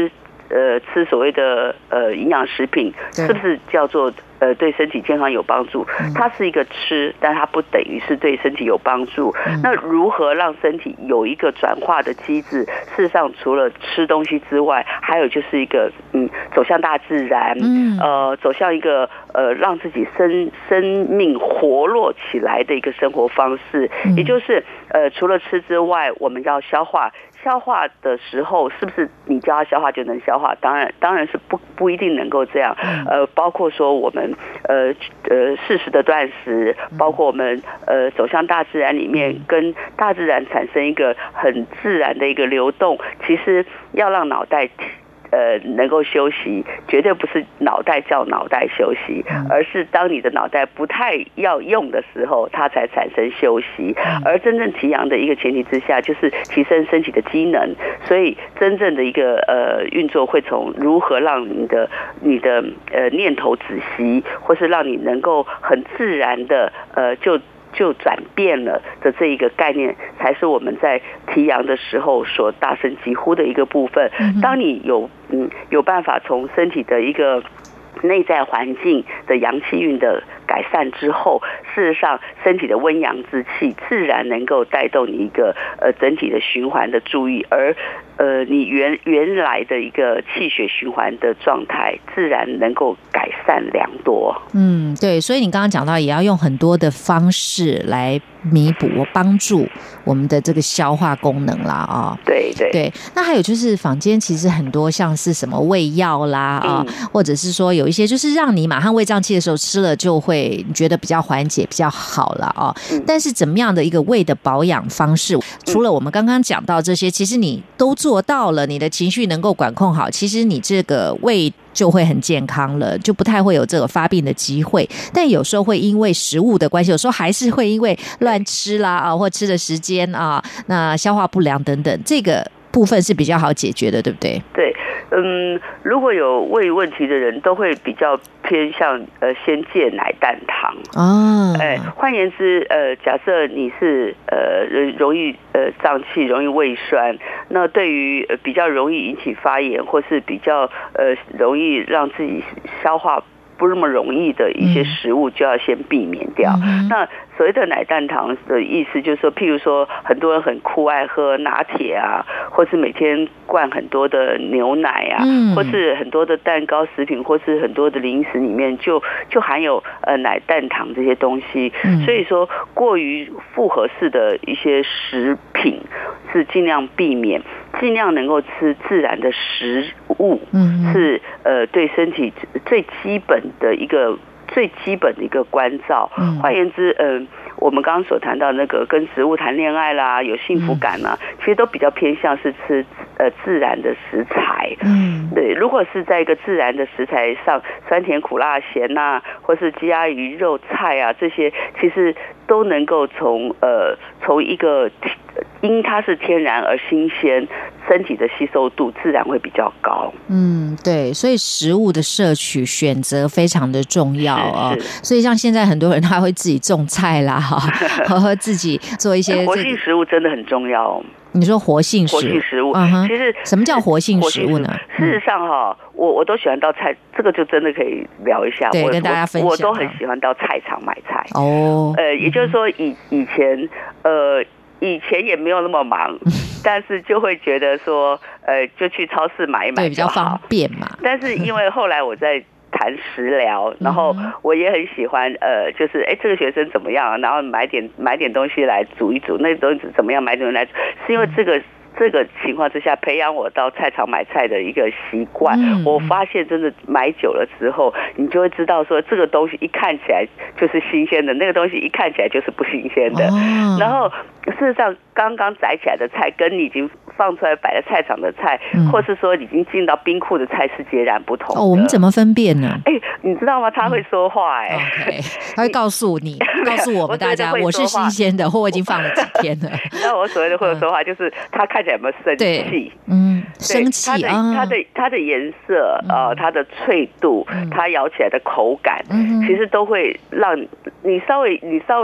呃吃所谓的呃营养食品，是不是叫做呃对身体健康有帮助？它是一个吃，但它不等于是对身体有帮助。那如何让身体有一个转化的机制？事实上，除了吃东西之外，还有就是一个嗯走向大自然，呃走向一个呃让自己生生命活络起来的一个生活方式，也就是呃除了吃之外，我们要消化。消化的时候，是不是你叫它消化就能消化？当然，当然是不不一定能够这样。呃，包括说我们呃呃适时的断食，包括我们呃走向大自然里面，跟大自然产生一个很自然的一个流动。其实要让脑袋呃，能够休息，绝对不是脑袋叫脑袋休息，而是当你的脑袋不太要用的时候，它才产生休息。而真正提阳的一个前提之下，就是提升身体的机能。所以，真正的一个呃运作会从如何让你的你的呃念头止息，或是让你能够很自然的呃就。就转变了的这一个概念，才是我们在提阳的时候所大声疾呼的一个部分。当你有嗯有办法从身体的一个内在环境的阳气运的改善之后，事实上身体的温阳之气自然能够带动你一个呃整体的循环的注意，而呃你原原来的一个气血循环的状态自然能够改善良多。 嗯，对，所以你刚刚讲到也要用很多的方式来弥补帮助我们的这个消化功能啦啊、哦， 对对对。那还有就是坊间其实很多像是什么胃药啦啊、嗯，或者是说有一些就是让你马上胃胀气的时候吃了就会你觉得比较缓解比较好了啊、哦嗯。但是怎么样的一个胃的保养方式，除了我们刚刚讲到这些，其实你都做到了，你的情绪能够管控好，其实你这个胃就会很健康了，就不太会有这个发病的机会。但有时候会因为食物的关系，有时候还是会因为乱吃啦啊，或吃的时间啊，那消化不良等等，这个部分是比较好解决的，对不对？ 对，嗯，如果有胃问题的人，都会比较偏向呃先戒奶蛋糖哦。哎，换言之，呃，假设你是呃容易呃胀气、容易胃酸，那对于呃比较容易引起发炎，或是比较呃容易让自己消化不那么容易的一些食物，就要先避免掉。嗯、那所谓的奶蛋糖的意思就是说，譬如说很多人很酷爱喝拿铁啊，或是每天灌很多的牛奶啊，嗯、或是很多的蛋糕食品，或是很多的零食里面就就含有呃奶蛋糖这些东西。嗯、所以说过于复合式的一些食品是尽量避免，尽量能够吃自然的食物，嗯、是呃对身体最基本的一个最基本的一个关照。嗯、换言之，嗯、呃，我们刚刚所谈到那个跟植物谈恋爱啦，有幸福感啦，嗯、其实都比较偏向是吃呃自然的食材。嗯，对，如果是在一个自然的食材上，酸甜苦辣咸呐、啊，或是鸡鸭鱼肉菜啊，这些其实都能够从呃从一个因它是天然而新鲜，身体的吸收度自然会比较高。嗯， 对，所以食物的摄取选择非常的重要哦。所以像现在很多人他会自己种菜啦，和自己做一些、这个、 活性食物真的很重要。 你说活性食物， 活性食物， 嗯、 其实什么叫活性食物呢？ 事实上哈，我我都喜欢到菜，这个就真的可以聊一下。 对，跟大家分享。 我都很喜欢到菜场买菜。 哦， 呃，也就是说以以前呃。以前也没有那么忙，但是就会觉得说，呃，就去超市买一买就好， 对，比较方便嘛。 但是因为后来我在谈食疗，然后我也很喜欢，呃，就是哎，这个学生怎么样？然后买点买点东西来煮一煮，那东西怎么样？买点来煮，是因为这个。这个情况之下，培养我到菜场买菜的一个习惯。嗯、我发现真的买久了之后，你就会知道说，这个东西一看起来就是新鲜的，那个东西一看起来就是不新鲜的。哦、然后事实上，刚刚摘起来的菜跟你已经放出来摆在菜场的菜，嗯、或是说已经进到冰库的菜是截然不同的。 哦，我们怎么分辨呢？ 哎，你知道吗？他会说话、欸，哎、 嗯 okay, 他会告诉你，告诉我们大家，我是新鲜的，或我已经放了几天了。 你知道我所谓的会说话，就是他看起来有没有生气？ 嗯，生气啊，它的它的颜色，呃，它的脆度，它咬起来的口感，其实都会让你稍微你稍微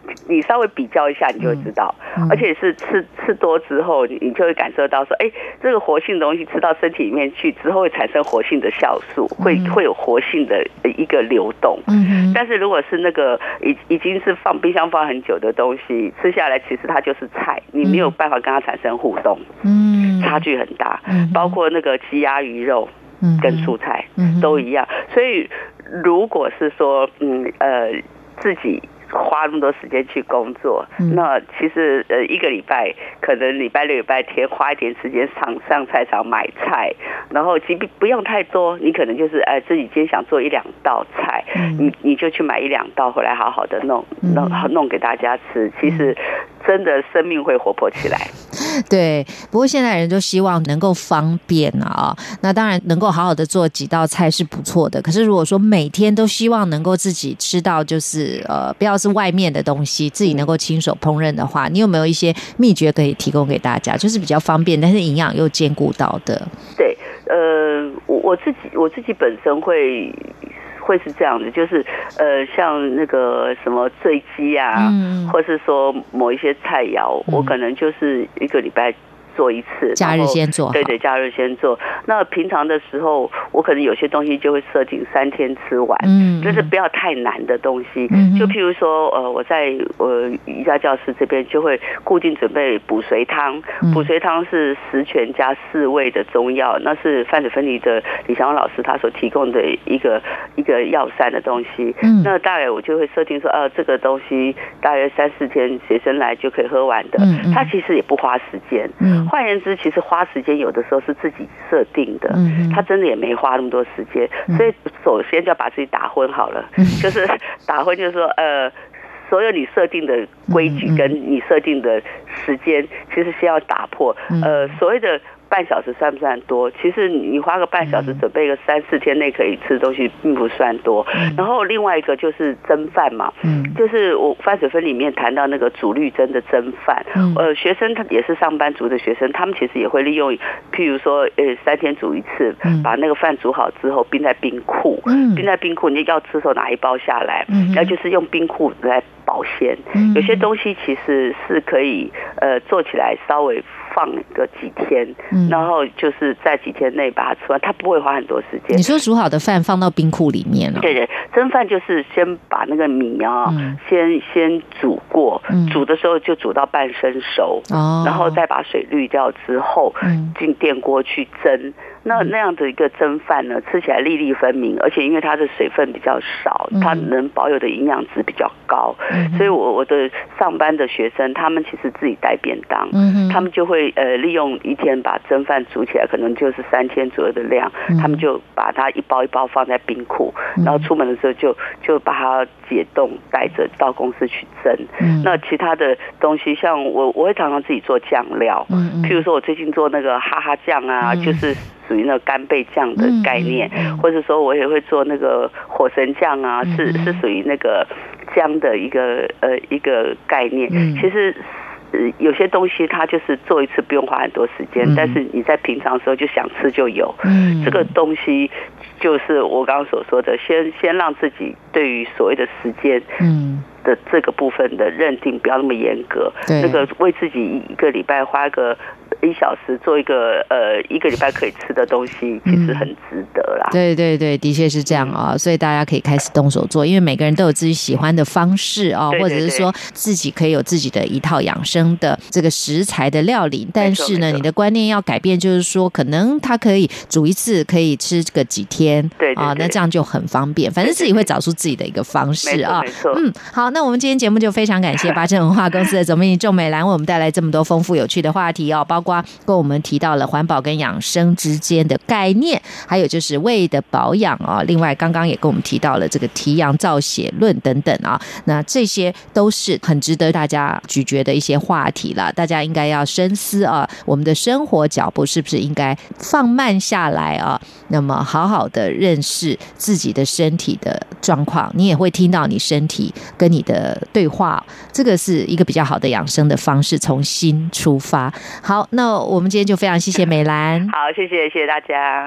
你稍微比较一下，你就会知道，嗯、而且是吃吃多之后，你就会感受到说，哎，这个活性的东西吃到身体里面去之后，会产生活性的酵素，会会有活性的一个流动。嗯，但是如果是那个已已经是放冰箱放很久的东西，吃下来其实它就是菜，你没有办法跟它产生互动，嗯，差距很大。嗯，包括那个鸡鸭鱼肉。跟蔬菜都一样，所以如果是说，嗯呃，自己花那么多时间去工作，嗯、那其实呃一个礼拜可能礼拜六、礼拜天花一点时间上上菜场买菜，然后即便不用太多，你可能就是哎、呃、自己今天想做一两道菜，嗯、你你就去买一两道回来，好好的弄弄弄给大家吃。其实真的生命会活泼起来。 对，不过现在人都希望能够方便啊，那当然能够好好的做几道菜是不错的。可是如果说每天都希望能够自己吃到，就是呃不要是外面的东西，自己能够亲手烹饪的话，你有没有一些秘诀可以提供给大家？就是比较方便，但是营养又兼顾到的。 对，呃，我我自己我自己本身会。会是这样的，就是呃，像那个什么醉鸡啊，嗯、或是说某一些菜肴，嗯、我可能就是一个礼拜做一次， 假日先做好， 对对，假日先做。那平常的时候，我可能有些东西就会设定三天吃完，嗯，就是不要太难的东西。嗯、就譬如说，呃，我在呃瑜伽教室这边就会固定准备补髓汤，补髓汤是十全加四味的中药，那是泛指分离的李祥老师他所提供的一个一个药膳的东西。嗯，那大概我就会设定说，呃，这个东西大约三四天学生来就可以喝完的，嗯嗯、它其实也不花时间。嗯。换言之，其实花时间有的时候是自己设定的，嗯、他真的也没花那么多时间，嗯、所以首先就要把自己打昏好了，嗯、就是打昏，就是说，呃，所有你设定的规矩跟你设定的时间，其实是要打破，嗯、呃，所谓的。半小时算不算多？其实你花个半小时准备个三四天内可以吃的东西并不算多。嗯、然后另外一个就是蒸饭嘛，嗯、就是我饭水分里面谈到那个煮绿蒸的蒸饭。嗯、呃，学生他也是上班族的学生，他们其实也会利用，譬如说呃三天煮一次，嗯、把那个饭煮好之后冰在冰库，嗯、冰在冰库，你要吃的时候拿一包下来，嗯、然后就是用冰库来保鲜。嗯、有些东西其实是可以呃做起来稍微放个几天。嗯然后就是在几天内把它吃完，它不会花很多时间。 你说煮好的饭放到冰库里面了、哦？ 对对，蒸饭就是先把那个米啊，嗯、先先煮过，嗯、煮的时候就煮到半生熟，哦、然后再把水滤掉之后，嗯、进电锅去蒸。那那样的一个蒸饭呢，吃起来粒粒分明，而且因为它的水分比较少，嗯、它能保有的营养值比较高，嗯、所以我我的上班的学生，他们其实自己带便当，嗯、他们就会呃利用一天把蒸饭煮起来，可能就是三天左右的量，嗯、他们就把它一包一包放在冰库，嗯、然后出门的时候就就把它解冻带着到公司去蒸。嗯、那其他的东西，像我我会常常自己做酱料，嗯、譬如说我最近做那个哈哈酱啊，嗯、就是属于那个干贝酱的概念，嗯、或者说我也会做那个火神酱啊，嗯、是是属于那个姜的一个呃一个概念。嗯、其实。有些东西它就是做一次不用花很多时间，嗯、但是你在平常的时候就想吃就有。嗯、这个东西就是我刚刚所说的，先先让自己对于所谓的时间，嗯。的这个部分的认定不要那么严格，那个为自己一个礼拜花个一小时做一个呃一个礼拜可以吃的东西，其实很值得啦。 嗯、对对对，的确是这样啊、哦，所以大家可以开始动手做，因为每个人都有自己喜欢的方式啊、哦，或者是说自己可以有自己的一套养生的这个食材的料理，但是呢，你的观念要改变，就是说可能它可以煮一次可以吃个几天， 对啊、哦， 那这样就很方便，反正自己会找出自己的一个方式啊。 没错， 嗯，好。那我们今天节目就非常感谢八正文化公司的总经理仲美兰为我们带来这么多丰富有趣的话题哦，包括跟我们提到了环保跟养生之间的概念，还有就是胃的保养哦。另外，刚刚也跟我们提到了这个提阳造血论等等啊，那这些都是很值得大家咀嚼的一些话题了。大家应该要深思啊，我们的生活脚步是不是应该放慢下来啊？那么好好的认识自己的身体的状况，你也会听到你身体跟你的对话，这个是一个比较好的养生的方式，从心出发。好，那我们今天就非常谢谢美兰。 好，谢谢，谢谢大家。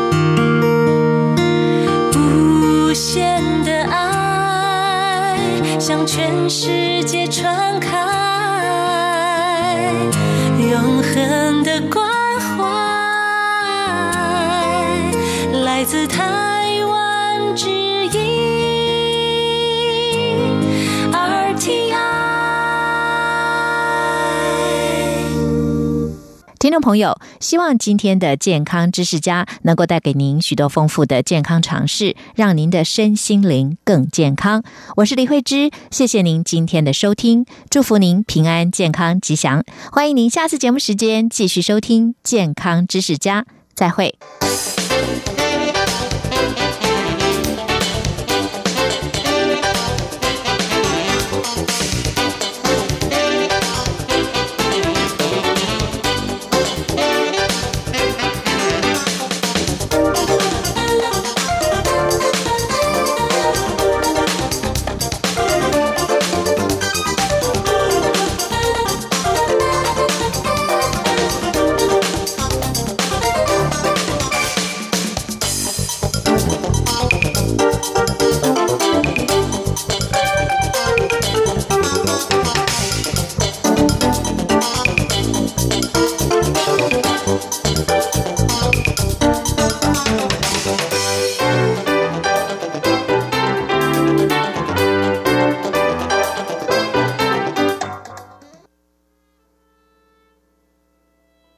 无限的爱全世界传开，永恒的关怀来自台湾之音 R T I。 听众朋友，希望今天的健康知识家能够带给您许多丰富的健康常识，让您的身心灵更健康。我是李慧芝，谢谢您今天的收听，祝福您平安健康吉祥。欢迎您下次节目时间继续收听健康知识家，再会。